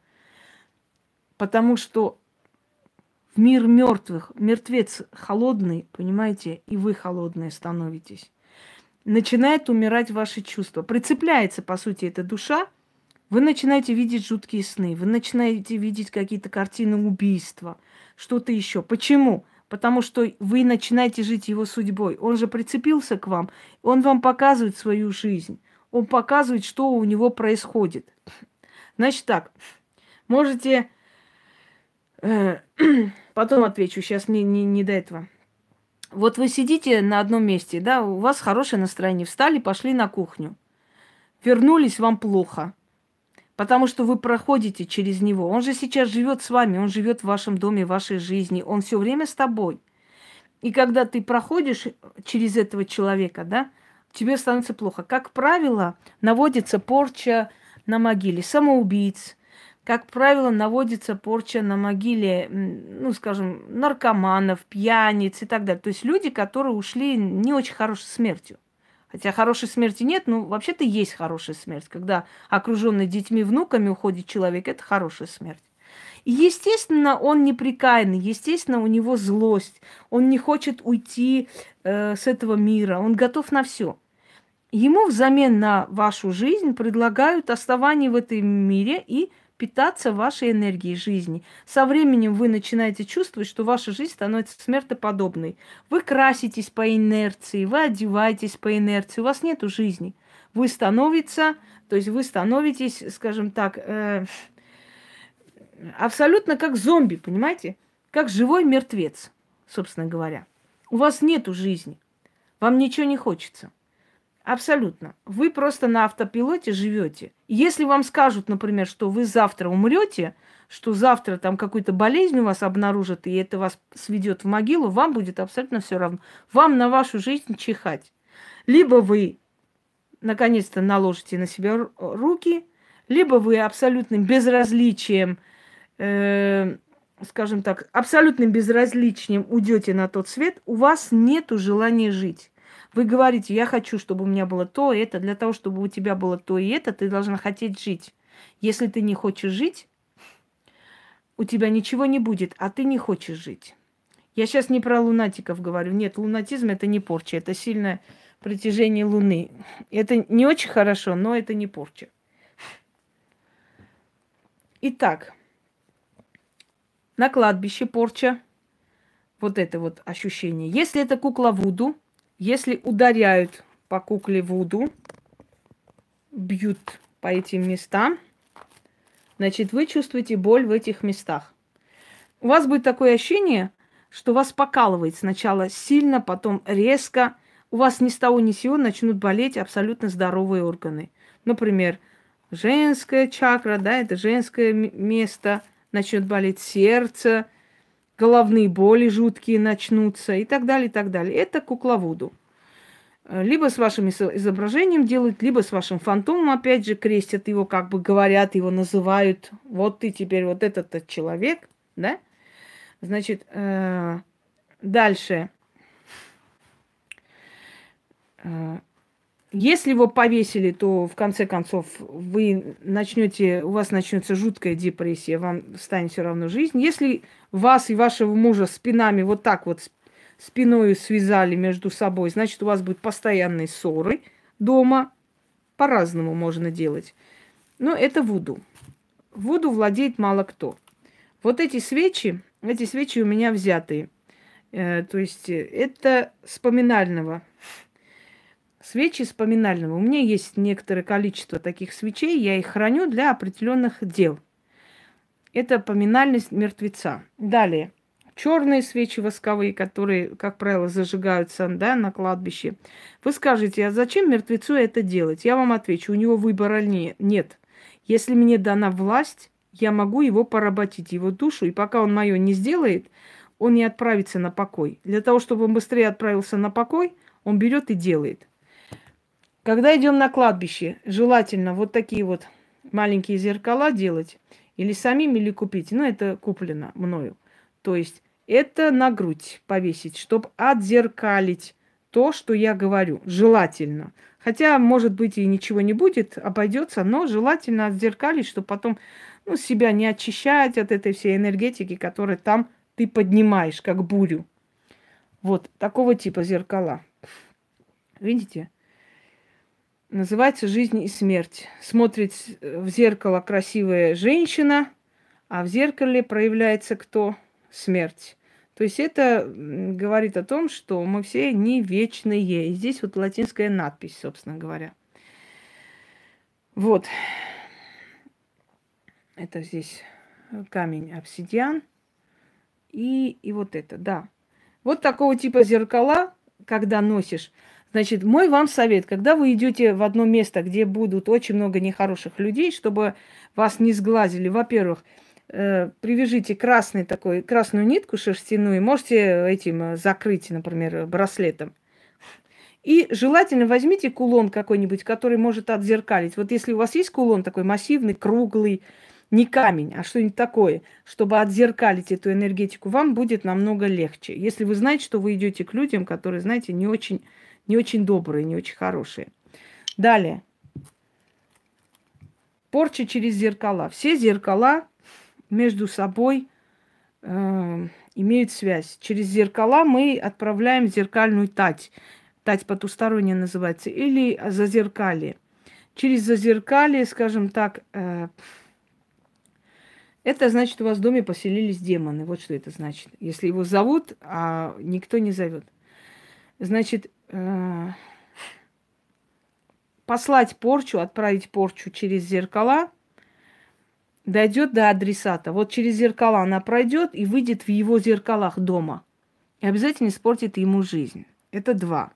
Speaker 1: Потому что в мир мертвых, мертвец холодный, понимаете, и вы холодные становитесь. Начинает умирать ваши чувства. Прицепляется, по сути, эта душа. Вы начинаете видеть жуткие сны, вы начинаете видеть какие-то картины убийства, что-то еще. Почему? Потому что вы начинаете жить его судьбой. Он же прицепился к вам, он вам показывает свою жизнь. Он показывает, что у него происходит. Значит так, можете... Потом отвечу, сейчас не до этого. Вот вы сидите на одном месте, да, у вас хорошее настроение, встали, пошли на кухню. Вернулись, вам плохо, потому что вы проходите через него. Он же сейчас живет с вами, он живет в вашем доме, в вашей жизни, он все время с тобой. И когда ты проходишь через этого человека, да, тебе становится плохо. Как правило, наводится порча на могиле самоубийц. Как правило, наводится порча на могиле, ну, скажем, наркоманов, пьяниц и так далее. То есть люди, которые ушли не очень хорошей смертью. Хотя хорошей смерти нет, но вообще-то есть хорошая смерть. Когда окруженный детьми, внуками уходит человек, это хорошая смерть. И, естественно, он неприкаянный, естественно, у него злость. Он не хочет уйти с этого мира, он готов на все. Ему взамен на вашу жизнь предлагают оставание в этом мире и питаться вашей энергией жизни. Со временем вы начинаете чувствовать, что ваша жизнь становится смертоподобной. Вы краситесь по инерции, вы одеваетесь по инерции, у вас нету жизни. Вы становитесь, скажем так, абсолютно как зомби, понимаете? Как живой мертвец, собственно говоря. У вас нету жизни, вам ничего не хочется. Абсолютно. Вы просто на автопилоте живете. Если вам скажут, например, что вы завтра умрете, что завтра там какую-то болезнь у вас обнаружат, и это вас сведет в могилу, вам будет абсолютно все равно. Вам на вашу жизнь чихать. Либо вы наконец-то наложите на себя руки, либо вы абсолютным безразличием, скажем так, абсолютным безразличием уйдете на тот свет, у вас нету желания жить. Вы говорите: я хочу, чтобы у меня было то, и это. Для того, чтобы у тебя было то и это, ты должна хотеть жить. Если ты не хочешь жить, у тебя ничего не будет, а ты не хочешь жить. Я сейчас не про лунатиков говорю. Нет, лунатизм – это не порча, это сильное притяжение Луны. Это не очень хорошо, но это не порча. Итак, на кладбище порча. Вот это вот ощущение. Если это кукла Вуду, если ударяют по кукле Вуду, бьют по этим местам, значит, вы чувствуете боль в этих местах. У вас будет такое ощущение, что вас покалывает сначала сильно, потом резко. У вас ни с того ни с сего начнут болеть абсолютно здоровые органы. Например, женская чакра, да, это женское место, начнет болеть сердце, головные боли жуткие начнутся и так далее, и так далее. Это кукла Вуду. Либо с вашим изображением делают, либо с вашим фантомом, опять же, крестят его, как бы говорят, его называют. Вот ты теперь вот этот человек, да? Значит, дальше. Если его повесили, то в конце концов у вас начнется жуткая депрессия, вам станет все равно жизнь. Если вас и вашего мужа спинами вот так вот спиною связали между собой, значит, у вас будут постоянные ссоры дома. По-разному можно делать. Но это вуду. Вуду владеет мало кто. Вот эти свечи у меня взятые. То есть это с поминального. Свечи с поминального. У меня есть некоторое количество таких свечей, я их храню для определенных дел. Это поминальность мертвеца. Далее. Черные свечи восковые, которые, как правило, зажигаются, да, на кладбище. Вы скажете, а зачем мертвецу это делать? Я вам отвечу, у него выбора нет. Если мне дана власть, я могу его поработить, его душу, и пока он мое не сделает, он не отправится на покой. Для того, чтобы он быстрее отправился на покой, он берет и делает. Когда идем на кладбище, желательно вот такие вот маленькие зеркала делать, или самим, или купить. Ну, это куплено мною. То есть это на грудь повесить, чтобы отзеркалить то, что я говорю. Желательно. Хотя, может быть, и ничего не будет, обойдется, но желательно отзеркалить, чтобы потом себя не очищать от этой всей энергетики, которую там ты поднимаешь, как бурю. Вот такого типа зеркала. Видите? Называется «Жизнь и смерть». Смотрит в зеркало красивая женщина, а в зеркале проявляется кто? Смерть. То есть это говорит о том, что мы все не вечные. И здесь вот латинская надпись, собственно говоря. Вот. Это здесь камень обсидиан. И вот это, да. Вот такого типа зеркала, когда носишь. Значит, мой вам совет, когда вы идете в одно место, где будут очень много нехороших людей, чтобы вас не сглазили, во-первых, привяжите красную нитку шерстяную, можете этим закрыть, например, браслетом. И желательно возьмите кулон какой-нибудь, который может отзеркалить. Вот если у вас есть кулон такой массивный, круглый, не камень, а что-нибудь такое, чтобы отзеркалить эту энергетику, вам будет намного легче. Если вы знаете, что вы идете к людям, которые, знаете, не очень добрые, не очень хорошие. Далее. Порча через зеркала. Все зеркала между собой имеют связь. Через зеркала мы отправляем зеркальную тать. Тать потусторонняя называется. Или зазеркалье. Через зазеркалье, скажем так, это значит, у вас в доме поселились демоны. Вот что это значит. Если его зовут, а никто не зовет. Значит, послать порчу, отправить порчу через зеркала, дойдет до адресата. Вот через зеркала она пройдет и выйдет в его зеркалах дома. И обязательно испортит ему жизнь. Это 2.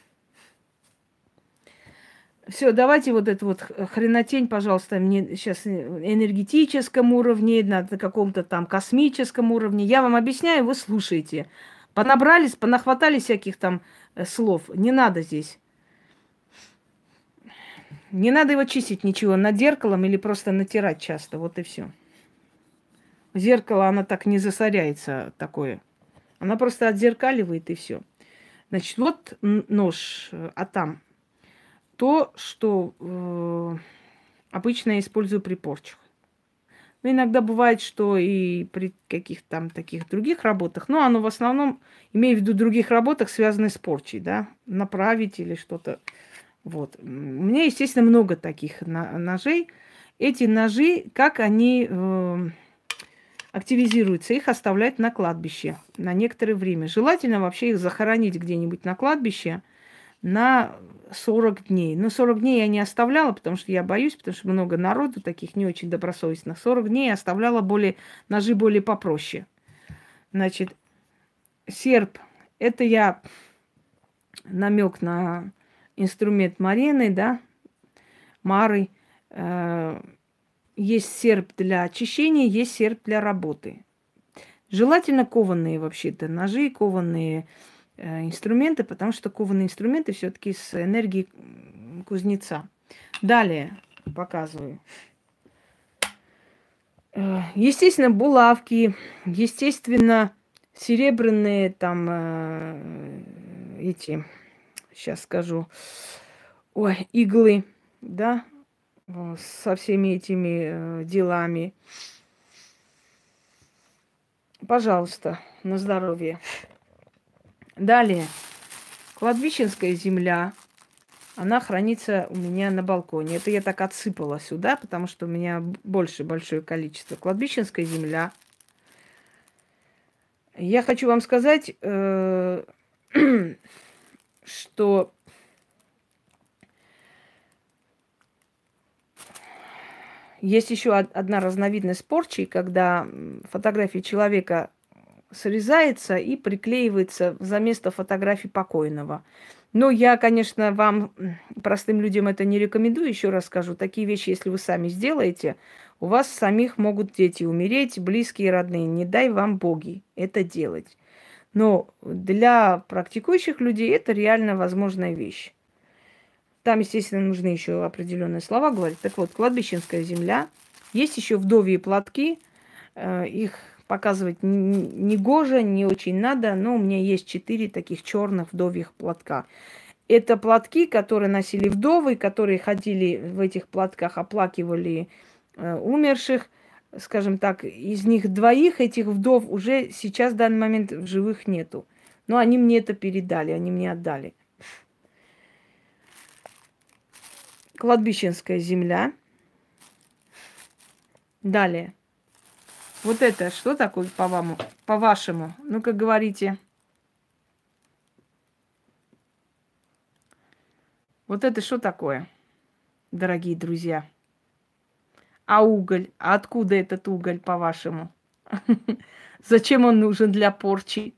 Speaker 1: Все, давайте вот эту вот хренотень, пожалуйста, мне сейчас на энергетическом уровне, на каком-то там космическом уровне. Я вам объясняю, вы слушаете. Понабрались, понахватали всяких там слов. Не надо здесь. Не надо его чистить ничего над зеркалом или просто натирать часто. Вот и все. Зеркало, оно так не засоряется такое. Она просто отзеркаливает и все. Значит, вот нож, а там то, что обычно я использую при порчах. Но иногда бывает, что и при каких-то там таких других работах, но оно в основном, имею в виду других работах, связаны с порчей, да, направить или что-то. Вот. У меня, естественно, много таких ножей. Эти ножи, как они активизируются, их оставляют на кладбище на некоторое время. Желательно вообще их захоронить где-нибудь на кладбище на 40 дней. Но 40 дней я не оставляла, потому что я боюсь, потому что много народу таких не очень добросовестных. 40 дней я оставляла ножи более попроще. Значит, серп. Это я намек на инструмент Марены, да, Мары. Есть серп для очищения, есть серп для работы. Желательно кованые вообще-то ножи, кованые инструменты, потому что кованые инструменты все-таки с энергией кузнеца. Далее показываю. Естественно, булавки, естественно, серебряные там эти, сейчас скажу, ой, иглы, да, со всеми этими делами. Пожалуйста, на здоровье. Далее, кладбищенская земля. Она хранится у меня на балконе. Это я так отсыпала сюда, потому что у меня большое количество. Кладбищенская земля. Я хочу вам сказать, что есть еще одна разновидность порчи, когда фотография человека срезается и приклеивается за место фотографии покойного. Но я, конечно, вам, простым людям, это не рекомендую. Еще раз скажу, такие вещи, если вы сами сделаете, у вас самих могут дети умереть, близкие, родные. Не дай вам боги это делать. Но для практикующих людей это реально возможная вещь. Там, естественно, нужны еще определенные слова говорить. Так вот, кладбищенская земля. Есть еще вдовьи платки. Их показывать не гоже, не очень надо, но у меня есть 4 таких черных вдовьих платка. Это платки, которые носили вдовы, которые ходили в этих платках, оплакивали умерших. Скажем так, из них 2 этих вдов уже сейчас в данный момент в живых нету. Но они мне это передали, они мне отдали. Кладбищенская земля. Далее. Вот это что такое по-вашему? Ну-ка говорите. Вот это что такое, дорогие друзья? А уголь? А откуда этот уголь, по-вашему? Зачем он нужен для порчи?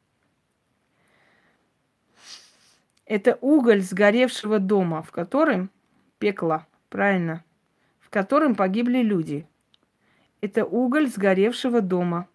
Speaker 1: Это уголь сгоревшего дома, в котором пекло, правильно, в котором погибли люди. Это уголь сгоревшего дома.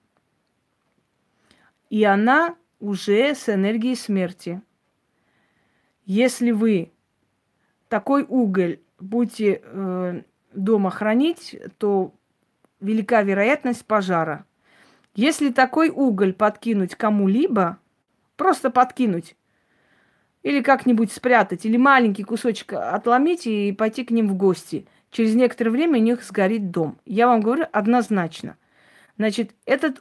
Speaker 1: И она уже с энергией смерти. Если вы такой уголь будете дома хранить, то велика вероятность пожара. Если такой уголь подкинуть кому-либо, просто подкинуть, или как-нибудь спрятать, или маленький кусочек отломить и пойти к ним в гости, через некоторое время у них сгорит дом. Я вам говорю однозначно. Значит,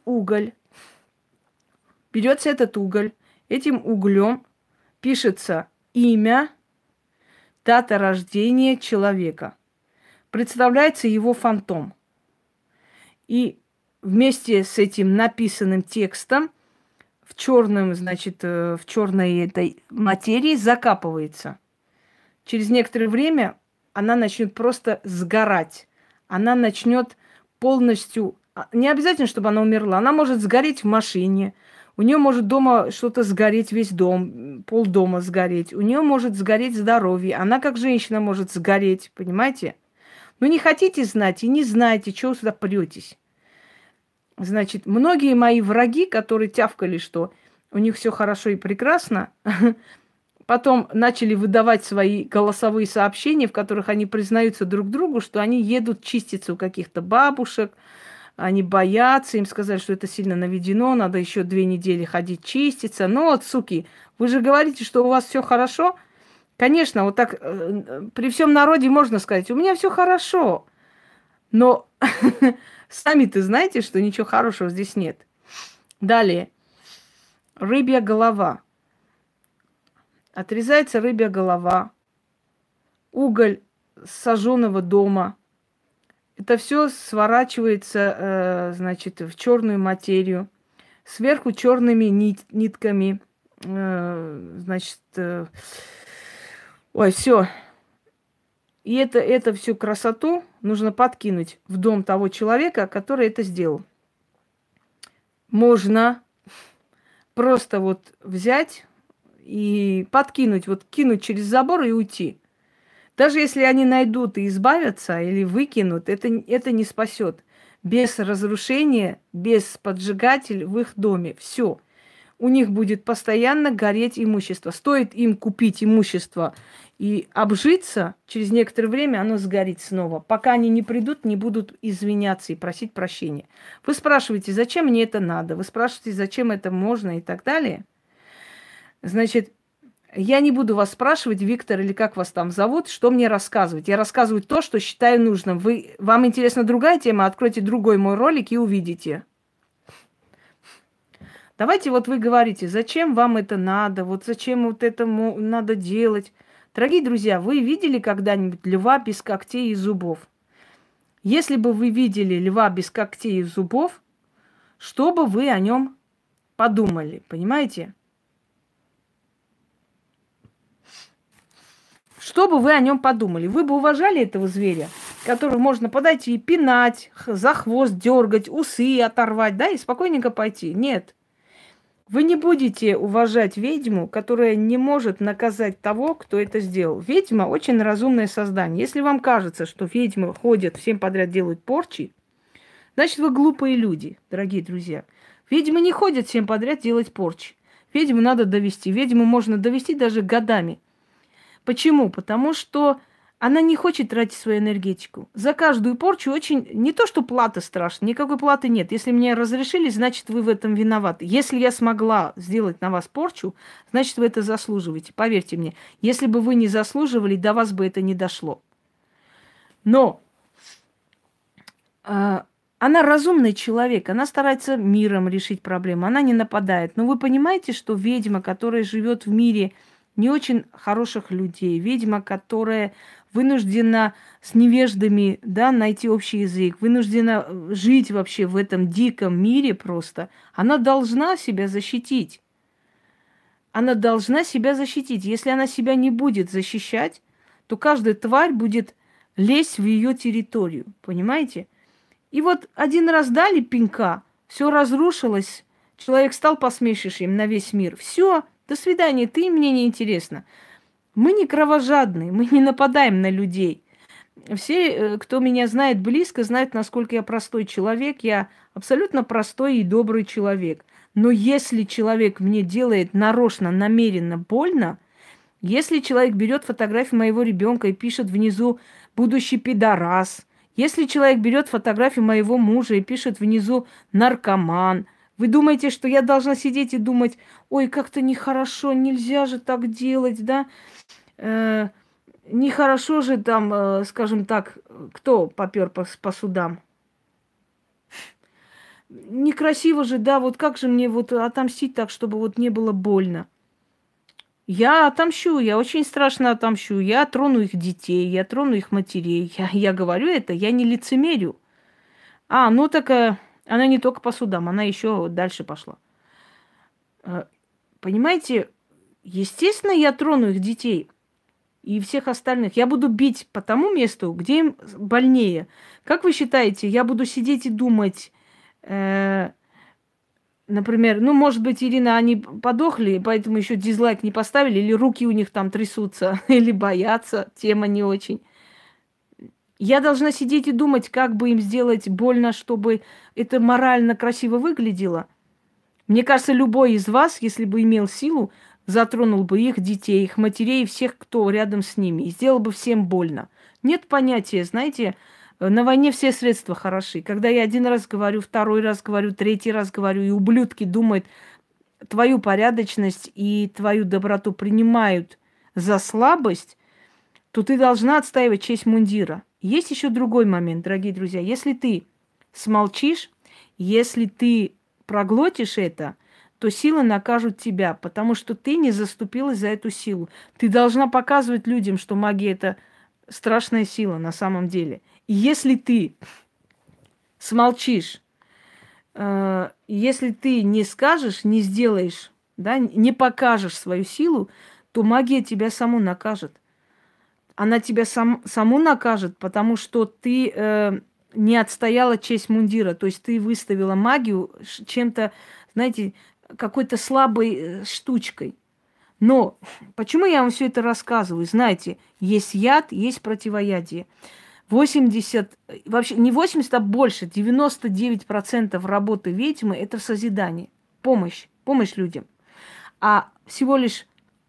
Speaker 1: берется этот уголь, этим углем пишется имя, дата рождения человека. Представляется его фантом. И вместе с этим написанным текстом в черном, значит, в черной этой материи закапывается. Через некоторое время она начнет просто сгорать. Она начнет полностью... Не обязательно, чтобы она умерла. Она может сгореть в машине. У нее может дома что-то сгореть, весь дом, полдома сгореть. У нее может сгореть здоровье. Она как женщина может сгореть, понимаете? Но не хотите знать и не знаете, чего сюда претесь. Значит, многие мои враги, которые тявкали, что у них все хорошо и прекрасно, потом начали выдавать свои голосовые сообщения, в которых они признаются друг другу, что они едут чиститься у каких-то бабушек, они боятся, им сказали, что это сильно наведено, надо еще 2 недели ходить чиститься. Но вот, суки, вы же говорите, что у вас все хорошо. Конечно, вот так при всем народе можно сказать, у меня все хорошо. Но сами-то знаете, что ничего хорошего здесь нет. Далее. Рыбья голова. Отрезается рыбья голова. Уголь сожженного дома. Это все сворачивается, значит, в черную материю. Сверху черными нитками. Значит, ой, все. И это всю красоту нужно подкинуть в дом того человека, который это сделал. Можно просто вот взять и подкинуть, вот кинуть через забор и уйти. Даже если они найдут и избавятся или выкинут, это не спасет. Без разрушения, без поджигателя в их доме. Все. У них будет постоянно гореть имущество. Стоит им купить имущество и обжиться, через некоторое время оно сгорит снова. Пока они не придут, не будут извиняться и просить прощения. Вы спрашиваете, зачем мне это надо? Вы спрашиваете, зачем это можно и так далее. Значит, я не буду вас спрашивать, Виктор, или как вас там зовут, что мне рассказывать. Я рассказываю то, что считаю нужным. Вам интересна другая тема, откройте другой мой ролик и увидите. Давайте вот вы говорите, зачем вам это надо, вот зачем вот это надо делать. Дорогие друзья, вы видели когда-нибудь льва без когтей и зубов? Если бы вы видели льва без когтей и зубов, что бы вы о нем подумали, понимаете? Что бы вы о нем подумали? Вы бы уважали этого зверя, которого можно подойти и пинать, за хвост дергать, усы оторвать, да, и спокойненько пойти? Нет. Вы не будете уважать ведьму, которая не может наказать того, кто это сделал. Ведьма очень разумное создание. Если вам кажется, что ведьмы ходят, всем подряд делают порчи, значит, вы глупые люди, дорогие друзья. Ведьмы не ходят всем подряд делать порчи. Ведьму надо довести. Ведьму можно довести даже годами. Почему? Потому что она не хочет тратить свою энергетику. За каждую порчу очень... Не то, что плата страшна, никакой платы нет. Если мне разрешили, значит, вы в этом виноваты. Если я смогла сделать на вас порчу, значит, вы это заслуживаете. Поверьте мне, если бы вы не заслуживали, до вас бы это не дошло. Но она разумный человек, она старается миром решить проблему, она не нападает. Но вы понимаете, что ведьма, которая живет в мире не очень хороших людей, ведьма, которая вынуждена с невеждами, да, найти общий язык, вынуждена жить вообще в этом диком мире просто, она должна себя защитить. Она должна себя защитить. Если она себя не будет защищать, то каждая тварь будет лезть в ее территорию, понимаете? И вот один раз дали пинка, все разрушилось, человек стал посмешищем на весь мир. Все, до свидания, ты мне не интересна. Мы не кровожадные, мы не нападаем на людей. Все, кто меня знает близко, знают, насколько я простой человек. Я абсолютно простой и добрый человек. Но если человек мне делает нарочно, намеренно больно, если человек берет фотографию моего ребенка и пишет внизу «будущий пидорас», если человек берет фотографию моего мужа и пишет внизу «наркоман», вы думаете, что я должна сидеть и думать, ой, как-то нехорошо, нельзя же так делать, да? Нехорошо же там, скажем так, кто попер по судам? Некрасиво же, да, вот как же мне вот отомстить так, чтобы вот не было больно? Я отомщу, я очень страшно отомщу. Я трону их детей, я трону их матерей. Я говорю это, я не лицемерю. Ну так она не только по судам, она еще дальше пошла. Понимаете, естественно, я трону их детей и всех остальных. Я буду бить по тому месту, где им больнее. Как вы считаете, я буду сидеть и думать, например, может быть, Ирина, они подохли, поэтому еще дизлайк не поставили, или руки у них там трясутся, или боятся, тема не очень. Я должна сидеть и думать, как бы им сделать больно, чтобы это морально красиво выглядело. Мне кажется, любой из вас, если бы имел силу, затронул бы их детей, их матерей, всех, кто рядом с ними, и сделал бы всем больно. Нет понятия, знаете, на войне все средства хороши. Когда я один раз говорю, второй раз говорю, третий раз говорю, и ублюдки думают, твою порядочность и твою доброту принимают за слабость, то ты должна отстаивать честь мундира. Есть еще другой момент, дорогие друзья. Если ты смолчишь, если ты проглотишь это, то силы накажут тебя, потому что ты не заступилась за эту силу. Ты должна показывать людям, что магия – это страшная сила на самом деле. И если ты смолчишь, если ты не скажешь, не сделаешь, да, не покажешь свою силу, то магия тебя саму накажет. Она тебя саму накажет, потому что ты не отстояла честь мундира. То есть ты выставила магию чем-то, знаете, какой-то слабой штучкой. Но почему я вам все это рассказываю? Знаете, есть яд, есть противоядие. 80, вообще не 80, а больше, 99% работы ведьмы – это созидание, помощь людям. А всего лишь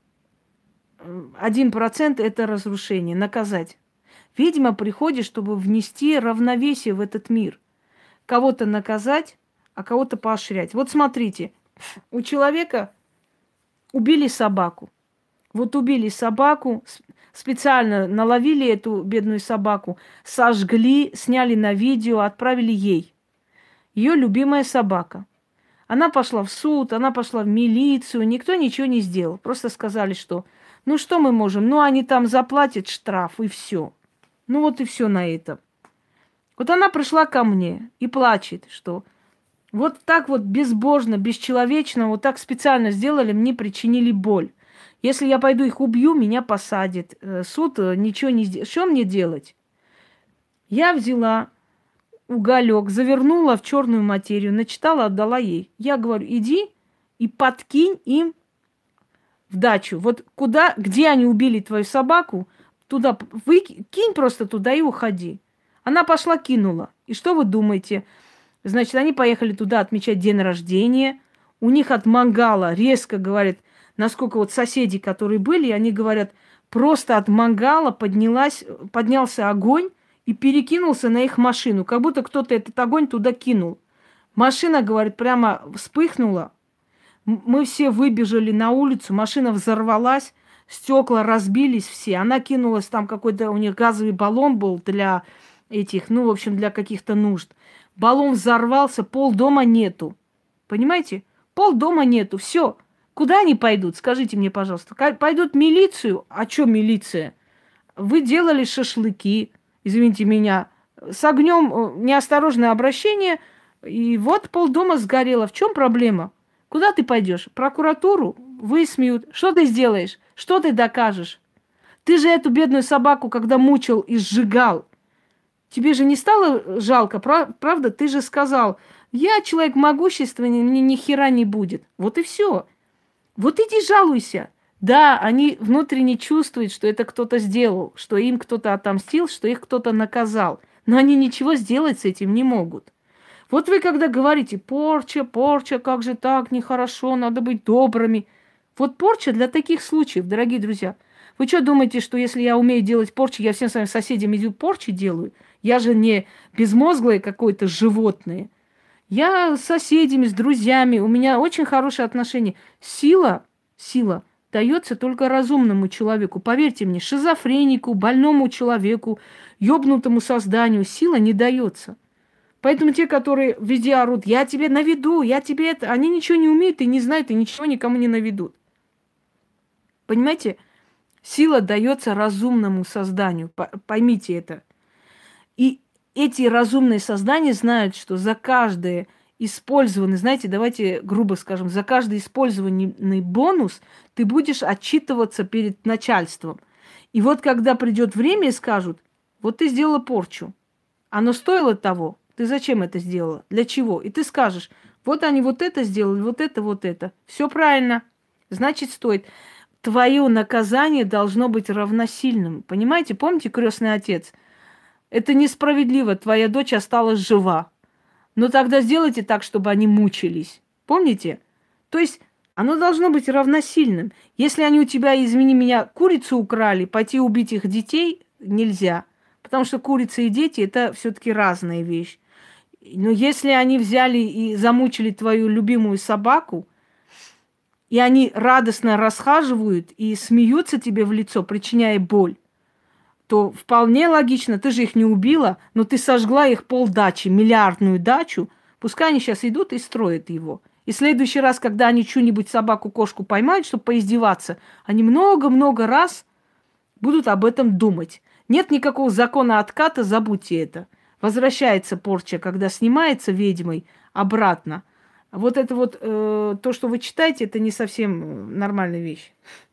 Speaker 1: 1% – это разрушение, наказать. Ведьма приходит, чтобы внести равновесие в этот мир. Кого-то наказать, а кого-то поощрять. Вот смотрите, у человека убили собаку. Вот убили собаку, специально наловили эту бедную собаку, сожгли, сняли на видео, отправили ей. Ее любимая собака. Она пошла в суд, она пошла в милицию, никто ничего не сделал. Просто сказали, что ну что мы можем, ну они там заплатят штраф и все. Ну вот и все на этом. Вот она пришла ко мне и плачет, что вот так вот безбожно, бесчеловечно, вот так специально сделали, мне причинили боль. Если я пойду их убью, меня посадят. Суд ничего не сделает. Что мне делать? Я взяла уголек, завернула в черную материю, начитала, отдала ей. Я говорю, иди и подкинь им в дачу. Вот куда, где они убили твою собаку, туда кинь просто туда и уходи. Она пошла, кинула. И что вы думаете? Значит, они поехали туда отмечать день рождения. У них от мангала резко, говорит, насколько вот соседи, которые были, они говорят, просто от мангала поднялся огонь и перекинулся на их машину, как будто кто-то этот огонь туда кинул. Машина, говорит, прямо вспыхнула. Мы все выбежали на улицу, машина взорвалась, стекла разбились все. Она кинулась, там какой-то у них газовый баллон был для этих, ну, в общем, для каких-то нужд. Баллон взорвался, полдома нету. Понимаете? Полдома нету, все. Куда они пойдут? Скажите мне, пожалуйста. Пойдут в милицию? А что милиция? Вы делали шашлыки, извините меня, с огнем неосторожное обращение, и вот полдома сгорело. В чем проблема? Куда ты пойдешь? Прокуратуру? Высмеют. Что ты сделаешь? Что ты докажешь? Ты же эту бедную собаку, когда мучил и сжигал, тебе же не стало жалко, правда? Ты же сказал, я человек могущественный, мне ни хера не будет. Вот и все. Вот иди жалуйся. Да, они внутренне чувствуют, что это кто-то сделал, что им кто-то отомстил, что их кто-то наказал. Но они ничего сделать с этим не могут. Вот вы когда говорите, порча, порча, как же так, нехорошо, надо быть добрыми. Вот порча для таких случаев, дорогие друзья. Вы что думаете, что если я умею делать порчи, я всем своим соседям иду порчи делаю? Я же не безмозглое какое-то животное. Я с соседями, с друзьями, у меня очень хорошие отношения. Сила дается только разумному человеку. Поверьте мне, шизофренику, больному человеку, ёбнутому созданию сила не дается. Поэтому те, которые везде орут, я тебе наведу, я тебе это, они ничего не умеют и не знают, и ничего никому не наведут. Понимаете? Сила дается разумному созданию. Поймите это. И эти разумные создания знают, что за каждое использованный, знаете, давайте грубо скажем, за каждый использованный бонус ты будешь отчитываться перед начальством. И вот когда придет время и скажут, вот ты сделала порчу, оно стоило того, ты зачем это сделала, для чего? И ты скажешь, вот они вот это сделали, вот это. Все правильно, значит стоит. Твое наказание должно быть равносильным. Понимаете, помните крестный отец? Это несправедливо, твоя дочь осталась жива. Но тогда сделайте так, чтобы они мучились. Помните? То есть оно должно быть равносильным. Если они у тебя, извини меня, курицу украли, пойти убить их детей нельзя. Потому что курица и дети – это все-таки разная вещь. Но если они взяли и замучили твою любимую собаку, и они радостно расхаживают и смеются тебе в лицо, причиняя боль, то вполне логично, ты же их не убила, но ты сожгла их полдачи, миллиардную дачу, пускай они сейчас идут и строят его. И в следующий раз, когда они что-нибудь собаку-кошку поймают, чтобы поиздеваться, они много-много раз будут об этом думать. Нет никакого закона отката, забудьте это. Возвращается порча, когда снимается ведьмой обратно. Вот это вот, то, что вы читаете, это не совсем нормальная вещь.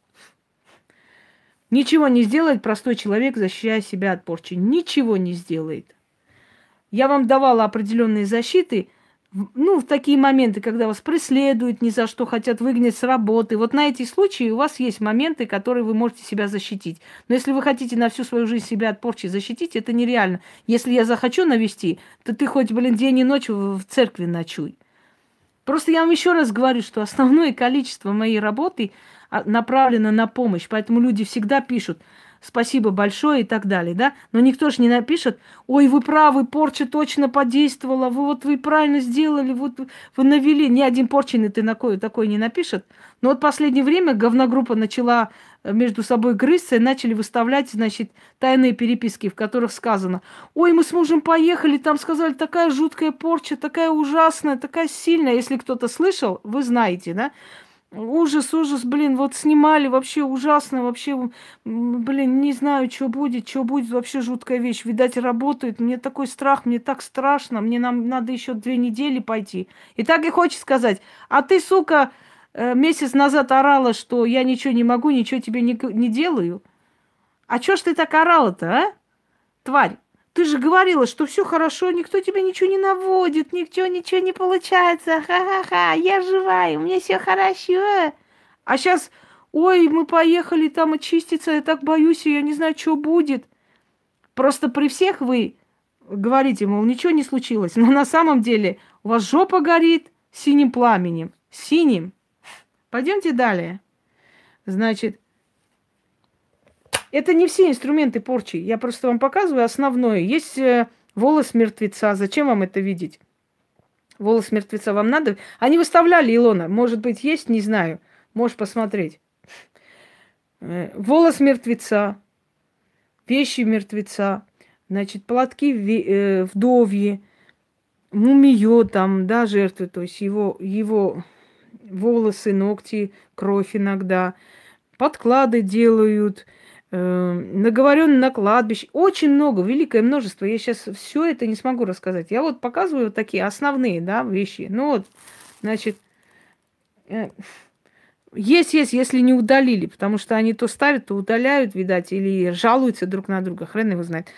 Speaker 1: Ничего не сделает простой человек, защищая себя от порчи. Ничего не сделает. Я вам давала определенные защиты, ну, в такие моменты, когда вас преследуют, ни за что хотят выгнать с работы. Вот на эти случаи у вас есть моменты, которые вы можете себя защитить. Но если вы хотите на всю свою жизнь себя от порчи защитить, это нереально. Если я захочу навести, то ты хоть, блин, день и ночь в церкви ночуй. Просто я вам еще раз говорю, что основное количество моей работы направлено на помощь. Поэтому люди всегда пишут спасибо большое и так далее, да? Но никто же не напишет, ой, вы правы, порча точно подействовала, вы правильно сделали, вот вы навели. Ни один порченый ты такой не напишет. Но вот в последнее время говногруппа начала между собой грызться и начали выставлять, значит, тайные переписки, в которых сказано, ой, мы с мужем поехали, там сказали, такая жуткая порча, такая ужасная, такая сильная. Если кто-то слышал, вы знаете, да? Ужас, ужас, блин, вот снимали, вообще ужасно, вообще, блин, не знаю, что будет, вообще жуткая вещь. Видать, работает, мне такой страх, мне так страшно, нам надо еще 2 недели пойти. И так и хочет сказать, а ты, сука, месяц назад орала, что я ничего не могу, ничего тебе не делаю. А чё ж ты так орала-то, а? Тварь, ты же говорила, что все хорошо, никто тебе ничего не наводит, ничего не получается. Ха-ха-ха, я живая, у меня все хорошо. А сейчас, ой, мы поехали там очиститься, я так боюсь, я не знаю, что будет. Просто при всех вы говорите, мол, ничего не случилось. Но на самом деле у вас жопа горит синим пламенем. Синим. Пойдемте далее. Значит, это не все инструменты порчи. Я просто вам показываю основное. Есть волос мертвеца. Зачем вам это видеть? Волос мертвеца вам надо? Они выставляли, Илона. Может быть, есть? Не знаю. Можешь посмотреть. Волос мертвеца. Вещи мертвеца. Значит, платки вдовьи. Мумиё там, да, жертвы. То есть его волосы, ногти, кровь иногда. Подклады делают. Наговорен на кладбище. Очень много, великое множество. Я сейчас все это не смогу рассказать. Я вот показываю вот такие основные, да, вещи. Ну вот, значит, есть, если не удалили, потому что они то ставят, то удаляют, видать, или жалуются друг на друга. Хрен его знает.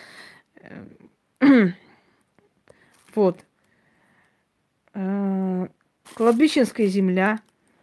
Speaker 1: Вот. Кладбищенская земля.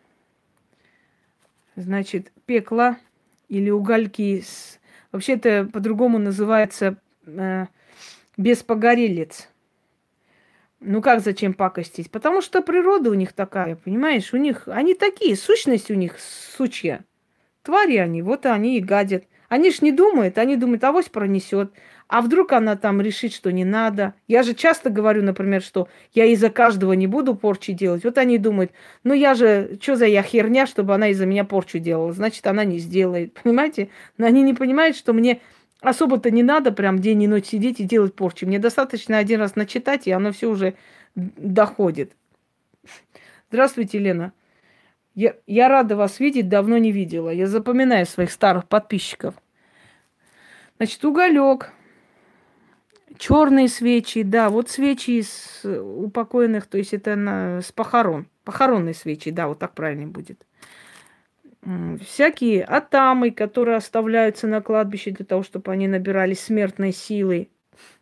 Speaker 1: Значит, пекло. Или угольки. Вообще-то по-другому называется беспогорелец. Ну как, зачем пакостить? Потому что природа у них такая, понимаешь? Они такие, сущность у них сучья. Твари они, вот они и гадят. Они ж не думают, они думают, авось пронесет. А вдруг она там решит, что не надо. Я же часто говорю, например, что я из-за каждого не буду порчи делать. Вот они думают, ну я же, что за я херня, чтобы она из-за меня порчу делала. Значит, она не сделает. Понимаете? Но они не понимают, что мне особо-то не надо прям день и ночь сидеть и делать порчу. Мне достаточно один раз начитать, и оно все уже доходит. Здравствуйте, Лена. Я рада вас видеть, давно не видела. Я запоминаю своих старых подписчиков. Значит, уголек, черные свечи, да, вот свечи из упокоенных, то есть это с похорон. Похоронные свечи, да, вот так правильно будет. Всякие атамы, которые оставляются на кладбище для того, чтобы они набирали смертной силы.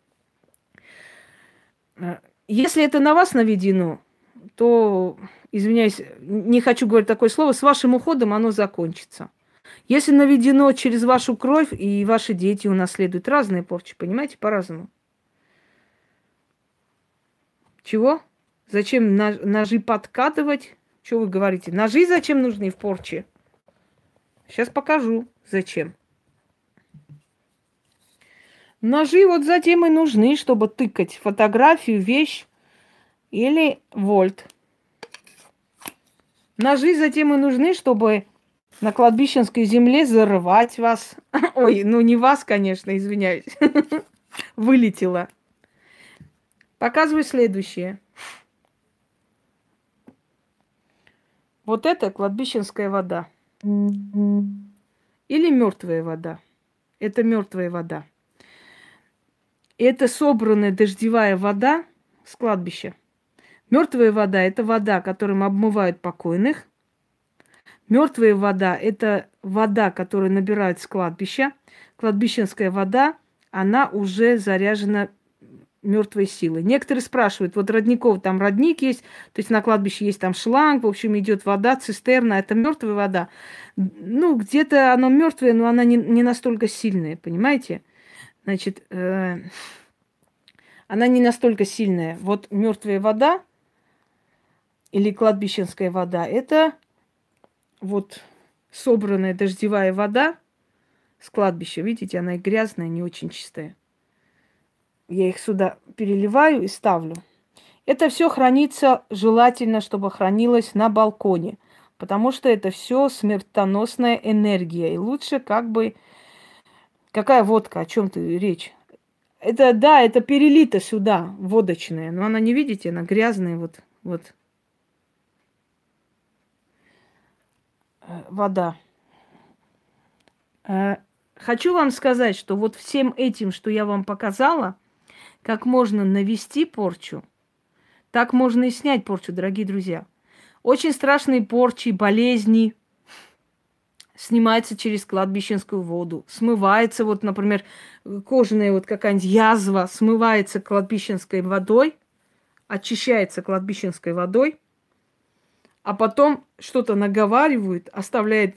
Speaker 1: Если это на вас наведено, то, извиняюсь, не хочу говорить такое слово, с вашим уходом оно закончится. Если наведено через вашу кровь, и ваши дети унаследуют разные порчи, понимаете, по-разному. Чего? Зачем ножи подкатывать? Что вы говорите? Ножи зачем нужны в порче? Сейчас покажу, зачем. Ножи вот затем и нужны, чтобы тыкать фотографию, вещь или вольт. Ножи затем и нужны, чтобы на кладбищенской земле зарывать вас. Ой, ну не вас, конечно, извиняюсь. Вылетела. Показываю следующее. Вот это кладбищенская вода. Или мертвая вода. Это мертвая вода. Это собранная дождевая вода с кладбища. Мертвая вода – это вода, которым обмывают покойных. Мертвая вода – это вода, которую набирают с кладбища. Кладбищенская вода, она уже заряжена мертвой силой. Некоторые спрашивают, вот родников, там родник есть, то есть на кладбище есть там шланг, в общем, идет вода, цистерна, это мертвая вода. Ну, где-то она мертвая, но она не настолько сильная, понимаете? Значит, она не настолько сильная. Вот мертвая вода или кладбищенская вода – это вот собранная дождевая вода с кладбища. Видите, она и грязная, не очень чистая. Я их сюда переливаю и ставлю. Это все хранится, желательно, чтобы хранилось на балконе, потому что это все смертоносная энергия. И лучше как бы... Какая водка? О чем ты речь? Это, да, это перелито сюда, водочная. Но она, не видите, она грязная, вот вода. Хочу вам сказать, что вот всем этим, что я вам показала, как можно навести порчу, так можно и снять порчу, дорогие друзья. Очень страшные порчи, болезни снимаются через кладбищенскую воду. Смывается, вот, например, кожаная вот какая-нибудь язва смывается кладбищенской водой, очищается кладбищенской водой, а потом что-то наговаривают, оставляют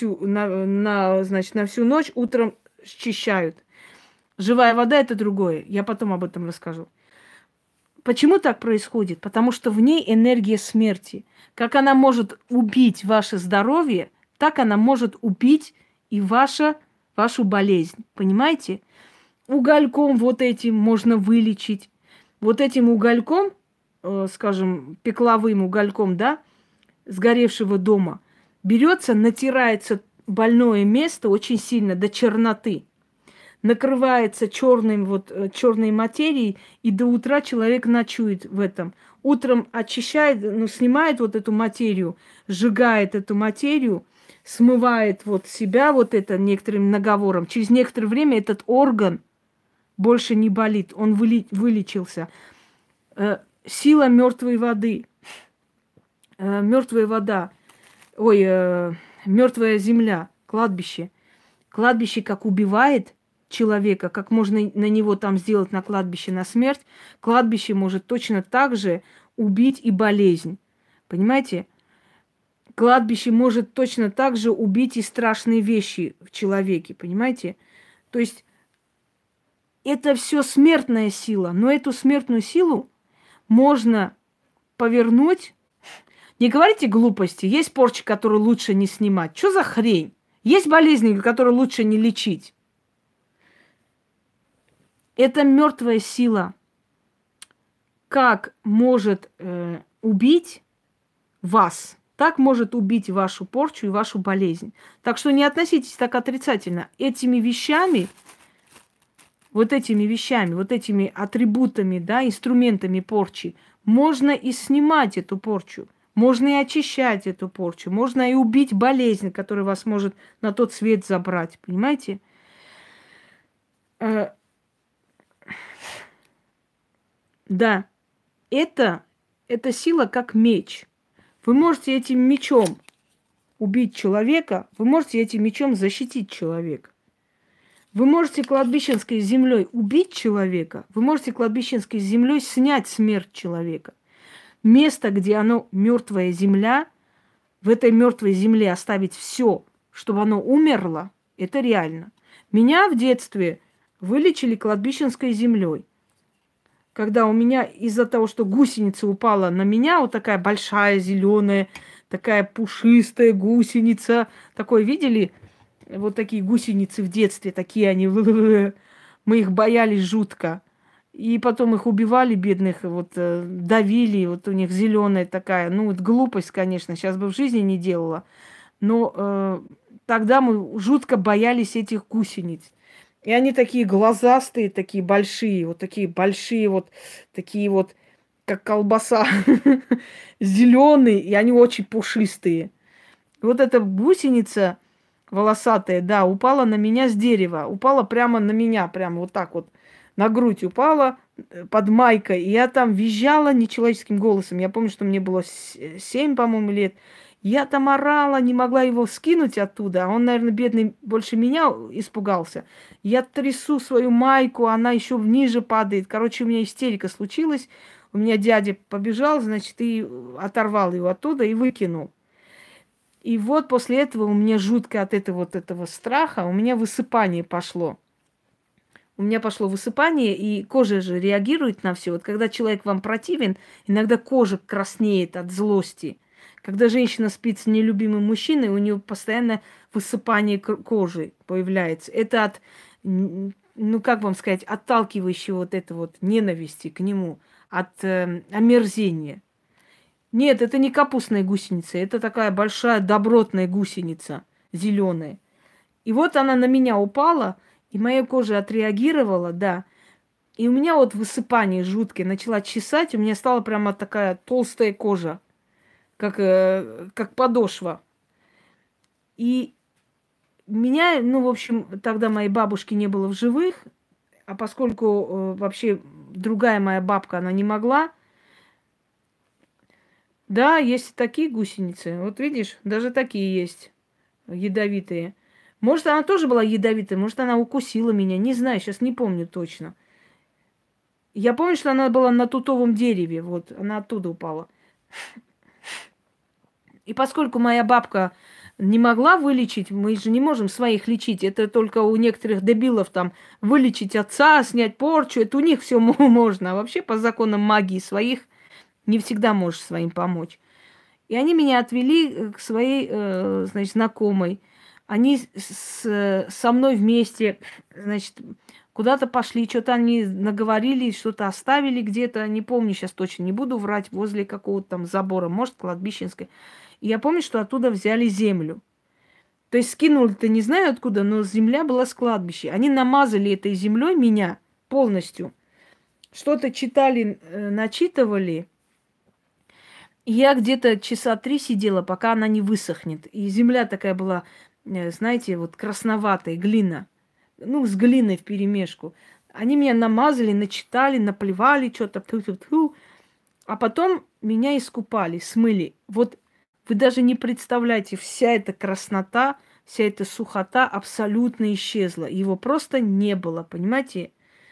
Speaker 1: значит, на всю ночь, утром счищают. Живая вода – это другое. Я потом об этом расскажу. Почему так происходит? Потому что в ней энергия смерти. Как она может убить ваше здоровье, так она может убить и вашу болезнь. Понимаете? Угольком вот этим можно вылечить. Вот этим угольком, скажем, пекловым угольком, да, сгоревшего дома, берется, натирается больное место очень сильно до черноты. Накрывается черной материей, и до утра человек ночует в этом. Утром очищает, снимает вот эту материю, сжигает эту материю, смывает вот себя вот это некоторым наговором. Через некоторое время этот орган больше не болит, он вылечился. Сила мертвой воды. Мертвая вода. Мертвая земля, кладбище. Кладбище как убивает человека, как можно на него там сделать на кладбище на смерть, кладбище может точно так же убить и болезнь. Понимаете? Кладбище может точно так же убить и страшные вещи в человеке. Понимаете? То есть это все смертная сила, но эту смертную силу можно повернуть. Не говорите глупости. Есть порчи, которые лучше не снимать. Что за хрень? Есть болезни, которые лучше не лечить. Это мертвая сила. Как может убить вас, так может убить вашу порчу и вашу болезнь. Так что не относитесь так отрицательно. Этими вещами, вот этими атрибутами, да, инструментами порчи, можно и снимать эту порчу. Можно и очищать эту порчу. Можно и убить болезнь, которая вас может на тот свет забрать. Понимаете? Да, это сила как меч. Вы можете этим мечом убить человека, вы можете этим мечом защитить человека. Вы можете кладбищенской землей убить человека, вы можете кладбищенской землей снять смерть человека. Место, где оно мертвая земля, в этой мертвой земле оставить все, чтобы оно умерло, это реально. Меня в детстве вылечили кладбищенской землей. Когда у меня из-за того, что гусеница упала на меня, вот такая большая, зеленая, такая пушистая гусеница. Такой, видели? Вот такие гусеницы в детстве, такие они. Мы их боялись жутко. И потом их убивали, бедных, вот давили, вот у них зеленая такая. Ну, вот глупость, конечно, сейчас бы в жизни не делала. Но тогда мы жутко боялись этих гусениц. И они такие глазастые, такие большие, вот, такие вот, как колбаса, зеленые, и они очень пушистые. Вот эта гусеница волосатая, да, упала на меня с дерева, упала прямо на меня, прямо вот так вот. на грудь упала под майкой. И я там визжала нечеловеческим голосом. Я помню, что мне было 7, по-моему, лет. Я там орала, не могла его скинуть оттуда. А он, наверное, бедный, больше меня испугался. Я трясу свою майку, она еще ниже падает. Короче, у меня истерика случилась. У меня дядя побежал, значит, и оторвал его оттуда и выкинул. И вот после этого у меня жутко от этого страха, у меня высыпание пошло. У меня пошло высыпание, и кожа же реагирует на все. Вот когда человек вам противен, иногда кожа краснеет от злости. Когда женщина спит с нелюбимым мужчиной, у нее постоянно высыпание кожи появляется. Это от, ну как вам сказать, отталкивающей вот этой вот ненависти к нему, от омерзения. Нет, это не капустная гусеница, это такая большая добротная гусеница, зеленая. И вот она на меня упала, и моя кожа отреагировала, да. И у меня вот высыпание жуткое, начала чесать, у меня стала прямо такая толстая кожа, как подошва. И меня, ну, в общем, тогда моей бабушки не было в живых, а поскольку вообще другая моя бабка, она не могла. Да, есть и такие гусеницы. Вот видишь, даже такие есть, ядовитые. Может, она тоже была ядовитая, может, она укусила меня, не знаю, сейчас не помню точно. Я помню, что она была на тутовом дереве, вот, она оттуда упала. И поскольку моя бабка не могла вылечить, мы же не можем своих лечить, это только у некоторых дебилов там вылечить отца, снять порчу, это у них все можно, а вообще по законам магии своих не всегда можешь своим помочь. И они меня отвели к своей, значит, знакомой. Они со мной вместе, значит, куда-то пошли, что-то они наговорили, что-то оставили где-то, не помню сейчас точно, не буду врать, возле какого-то там забора, может, кладбищенской. И я помню, что оттуда взяли землю. То есть скинули-то не знаю откуда, но земля была с кладбища. Они намазали этой землей меня полностью. Что-то читали, начитывали. И я где-то часа 3 сидела, пока она не высохнет. И земля такая была, знаете, вот красноватая, глина. Ну, с глиной вперемешку. Они меня намазали, начитали, наплевали, что-то. А потом меня искупали, смыли. Вот вы даже не представляете, вся эта краснота, вся эта сухота абсолютно исчезла. Его просто не было, понимаете?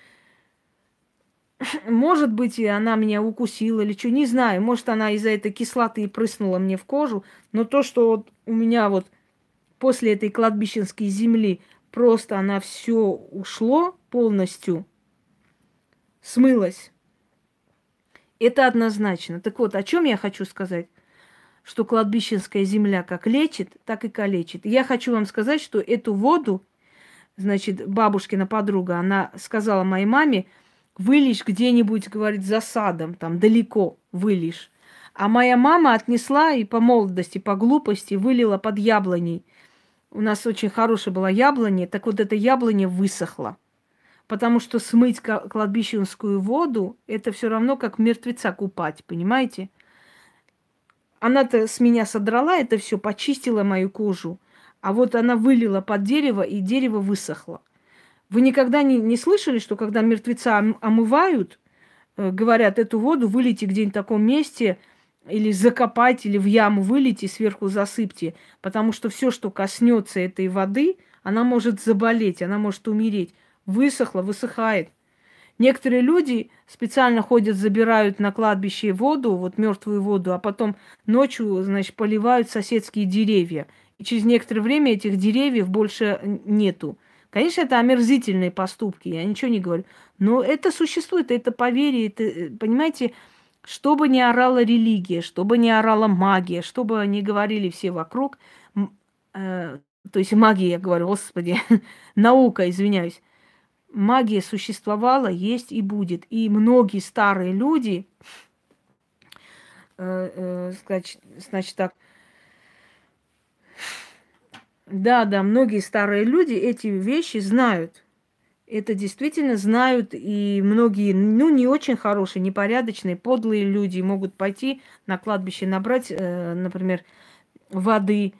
Speaker 1: Может быть, и она меня укусила или что, не знаю. Может, она из-за этой кислоты прыснула мне в кожу. Но то, что вот у меня вот после этой кладбищенской земли просто она все ушло полностью, смылось. Это однозначно. Так вот, о чем я хочу сказать? Что кладбищенская земля как лечит, так и калечит. И я хочу вам сказать, что эту воду, значит, бабушкина подруга, она сказала моей маме, вылишь где-нибудь, говорит, за садом, там далеко вылишь. А моя мама отнесла и по молодости, по глупости вылила под яблоней. У нас очень хорошая была яблоня, так вот эта яблоня высохла. Потому что смыть кладбищенскую воду, это все равно как мертвеца купать, понимаете? Она-то с меня содрала это все, почистила мою кожу. А вот она вылила под дерево, и дерево высохло. Вы никогда не слышали, что когда мертвеца омывают, говорят, эту воду вылейте где-нибудь в таком месте, или закопайте, или в яму вылейте, сверху засыпьте, потому что все, что коснется этой воды, она может заболеть, она может умереть. Высохла, высыхает. Некоторые люди специально ходят, забирают на кладбище воду, вот мертвую воду, а потом ночью, значит, поливают соседские деревья. И через некоторое время этих деревьев больше нету. Конечно, это омерзительные поступки, я ничего не говорю. Но это существует, это поверье, это, понимаете, что бы ни орала религия, что бы ни орала магия, что бы ни говорили все вокруг, то есть магия, я говорю, господи, наука, извиняюсь, магия существовала, есть и будет. И многие старые люди, значит так, да, многие старые люди эти вещи знают. Это действительно знают, и многие, ну, не очень хорошие, непорядочные, подлые люди могут пойти на кладбище, набрать, например, воды,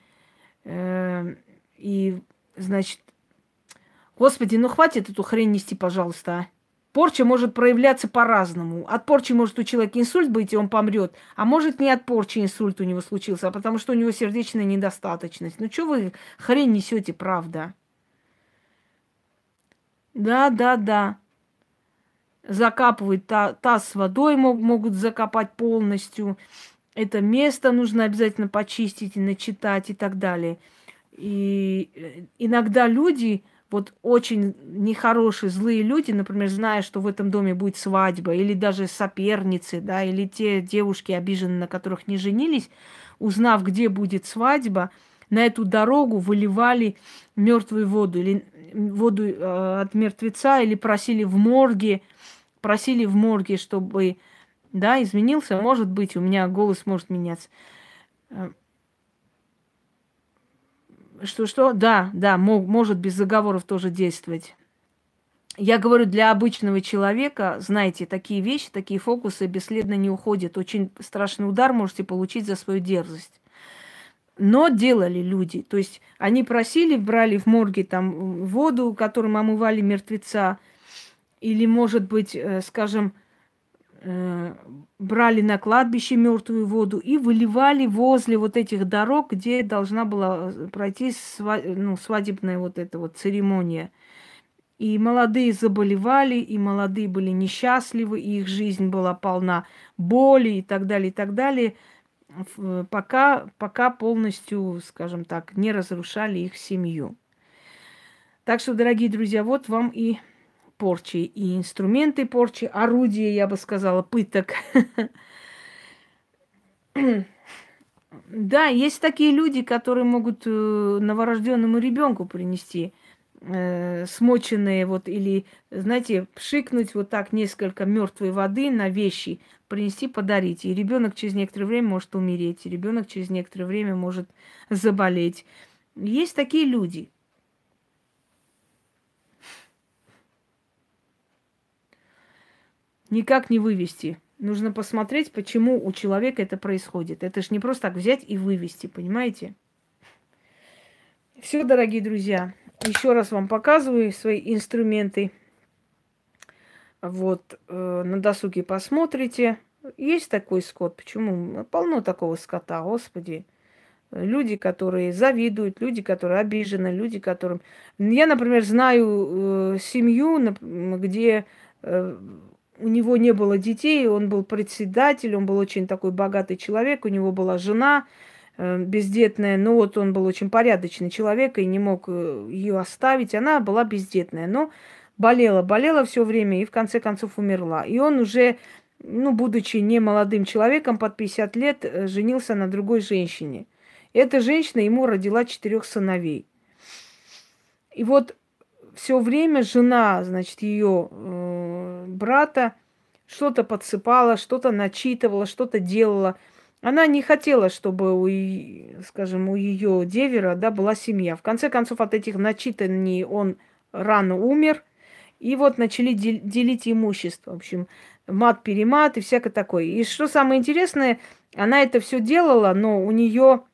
Speaker 1: и, значит, господи, ну хватит эту хрень нести, пожалуйста, а. Порча может проявляться по-разному. От порчи может у человека инсульт быть, и он помрет. А может не от порчи инсульт у него случился, а потому что у него сердечная недостаточность. Ну что вы хрень несете, правда? Да, да, да. Закапывают таз с водой, могут закопать полностью. Это место нужно обязательно почистить и начитать и так далее. И иногда люди, вот очень нехорошие, злые люди, например, зная, что в этом доме будет свадьба, или даже соперницы, да, или те девушки обиженные, на которых не женились, узнав, где будет свадьба, на эту дорогу выливали мертвую воду, или воду от мертвеца, или просили в морге, чтобы, да, изменился. Может быть, у меня голос может меняться. Что? Да, да, может без заговоров тоже действовать. Я говорю, для обычного человека, знаете, такие вещи, такие фокусы бесследно не уходят. Очень страшный удар можете получить за свою дерзость. Но делали люди. То есть они просили, брали в морге там воду, которым омывали мертвеца. Или, может быть, скажем, брали на кладбище мертвую воду и выливали возле вот этих дорог, где должна была пройти свадебная вот эта вот церемония. И молодые заболевали, и молодые были несчастливы, и их жизнь была полна боли и так далее, и так далее, пока полностью, скажем так, не разрушали их семью. Так что, дорогие друзья, вот вам и порчи, и инструменты порчи, орудия, я бы сказала, пыток. Да, есть такие люди, которые могут новорожденному ребенку принести смоченные вот или, знаете, пшикнуть вот так несколько мертвой воды на вещи, принести, подарить. И ребенок через некоторое время может умереть, и ребенок через некоторое время может заболеть. Есть такие люди. Никак не вывести. Нужно посмотреть, почему у человека это происходит. Это же не просто так взять и вывести, понимаете? Все, дорогие друзья, еще раз вам показываю свои инструменты. Вот, на досуге посмотрите. Есть такой скот. Почему? Полно такого скота, господи. Люди, которые завидуют, люди, которые обижены, люди, которым... Я, например, знаю семью, где у него не было детей, он был председатель, он был очень такой богатый человек, у него была жена бездетная, но вот он был очень порядочный человек и не мог ее оставить. Она была бездетная, но болела все время и в конце концов умерла. И он уже, будучи не молодым человеком, под 50 лет, женился на другой женщине. Эта женщина ему родила 4 сыновей. И вот все время жена, значит, ее брата что-то подсыпала, что-то начитывала, что-то делала. Она не хотела, чтобы у ее девера, да, была семья. В конце концов, от этих начитаний он рано умер. И вот начали делить имущество. В общем, мат-перемат и всякое такое. И что самое интересное, она это все делала, но у нее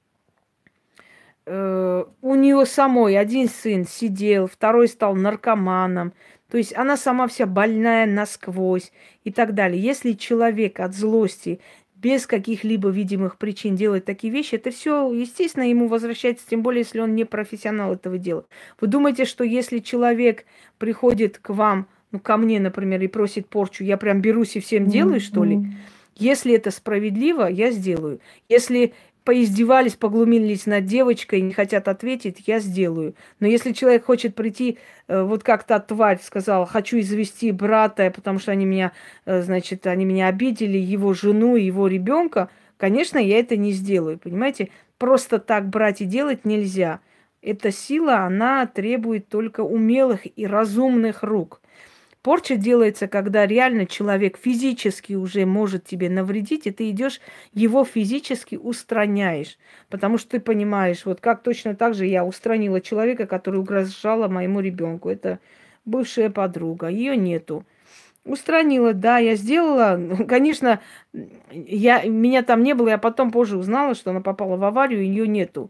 Speaker 1: самой один сын сидел, второй стал наркоманом. То есть она сама вся больная насквозь и так далее. Если человек от злости без каких-либо видимых причин делает такие вещи, это все, естественно, ему возвращается, тем более, если он не профессионал этого дела. Вы думаете, что если человек приходит к вам, ко мне, например, и просит порчу, я прям берусь и всем делаю, что ли? Если это справедливо, я сделаю. Если поиздевались, поглумились над девочкой, не хотят ответить, я сделаю. Но если человек хочет прийти, вот как та тварь сказала, хочу извести брата, потому что они меня обидели, его жену, его ребенка, конечно, я это не сделаю, понимаете? Просто так брать и делать нельзя. Эта сила, она требует только умелых и разумных рук. Порча делается, когда реально человек физически уже может тебе навредить, и ты идешь, его физически устраняешь. Потому что ты понимаешь, вот как точно так же я устранила человека, который угрожала моему ребенку. Это бывшая подруга, ее нету. Устранила, да, я сделала. Конечно, меня там не было, я потом позже узнала, что она попала в аварию, ее нету.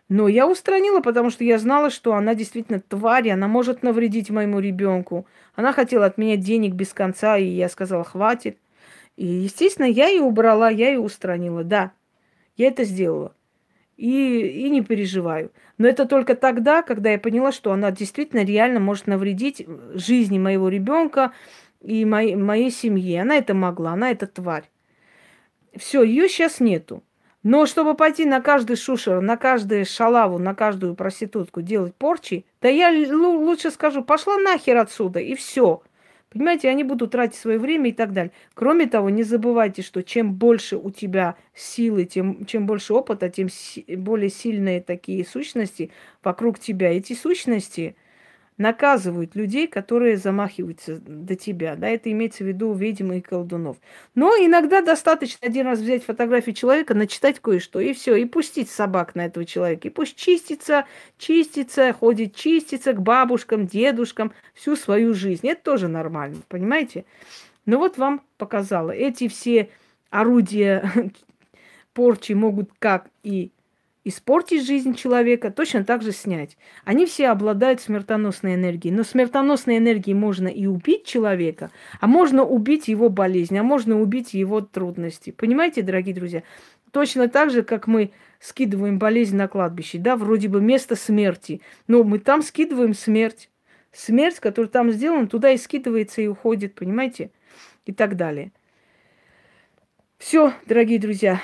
Speaker 1: Но я устранила, потому что я знала, что она действительно тварь, и она может навредить моему ребенку. Она хотела от меня денег без конца, и я сказала, хватит. И, естественно, я ее убрала, я ее устранила. Да, я это сделала. И не переживаю. Но это только тогда, когда я поняла, что она действительно реально может навредить жизни моего ребенка и моей семьи. Она это могла, она это тварь. Все, ее сейчас нету. Но чтобы пойти на каждый шушер, на каждую шалаву, на каждую проститутку делать порчи, да я лучше скажу, пошла нахер отсюда, и все. Понимаете, они будут тратить свое время и так далее. Кроме того, не забывайте, что чем больше у тебя силы, чем больше опыта, тем более сильные такие сущности вокруг тебя. Эти сущности наказывают людей, которые замахиваются до тебя. Да, это имеется в виду ведьм и колдунов. Но иногда достаточно один раз взять фотографию человека, начитать кое-что, и все, и пустить собак на этого человека. И пусть чистится, чистится, ходит чиститься к бабушкам, дедушкам всю свою жизнь. Это тоже нормально, понимаете? Но вот вам показала. Эти все орудия порчи могут как и испортить жизнь человека, точно так же снять. Они все обладают смертоносной энергией. Но смертоносной энергией можно и убить человека, а можно убить его болезнь, а можно убить его трудности. Понимаете, дорогие друзья? Точно так же, как мы скидываем болезнь на кладбище, да, вроде бы место смерти, но мы там скидываем смерть. Смерть, которая там сделана, туда и скидывается и уходит, понимаете? И так далее. Все, дорогие друзья,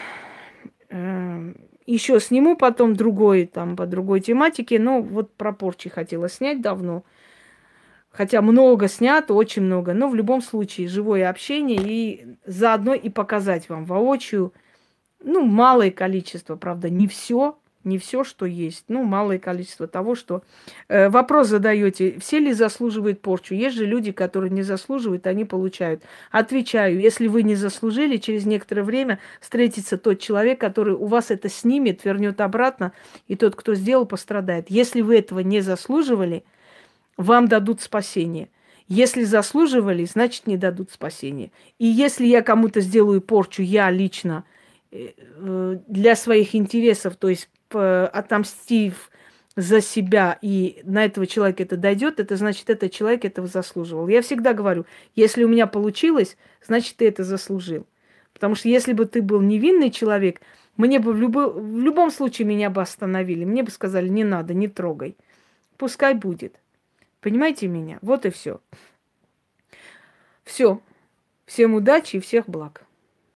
Speaker 1: еще сниму потом другой, там, по другой тематике. Но вот про порчи хотела снять давно. Хотя много снято, очень много. Но в любом случае живое общение и заодно и показать вам воочию. Ну, малое количество, правда, не все, не все, что есть. Ну, малое количество того, что... вопрос задаете, все ли заслуживают порчу? Есть же люди, которые не заслуживают, они получают. Отвечаю, если вы не заслужили, через некоторое время встретится тот человек, который у вас это снимет, вернет обратно, и тот, кто сделал, пострадает. Если вы этого не заслуживали, вам дадут спасение. Если заслуживали, значит, не дадут спасения. И если я кому-то сделаю порчу, я лично для своих интересов, то есть отомстив за себя, и на этого человека это дойдет, это значит, этот человек этого заслуживал. Я всегда говорю, если у меня получилось, значит, ты это заслужил. Потому что если бы ты был невинный человек, мне бы в любом случае меня бы остановили. Мне бы сказали, не надо, не трогай. Пускай будет. Понимаете меня? Вот и все. Все. Всем удачи и всех благ.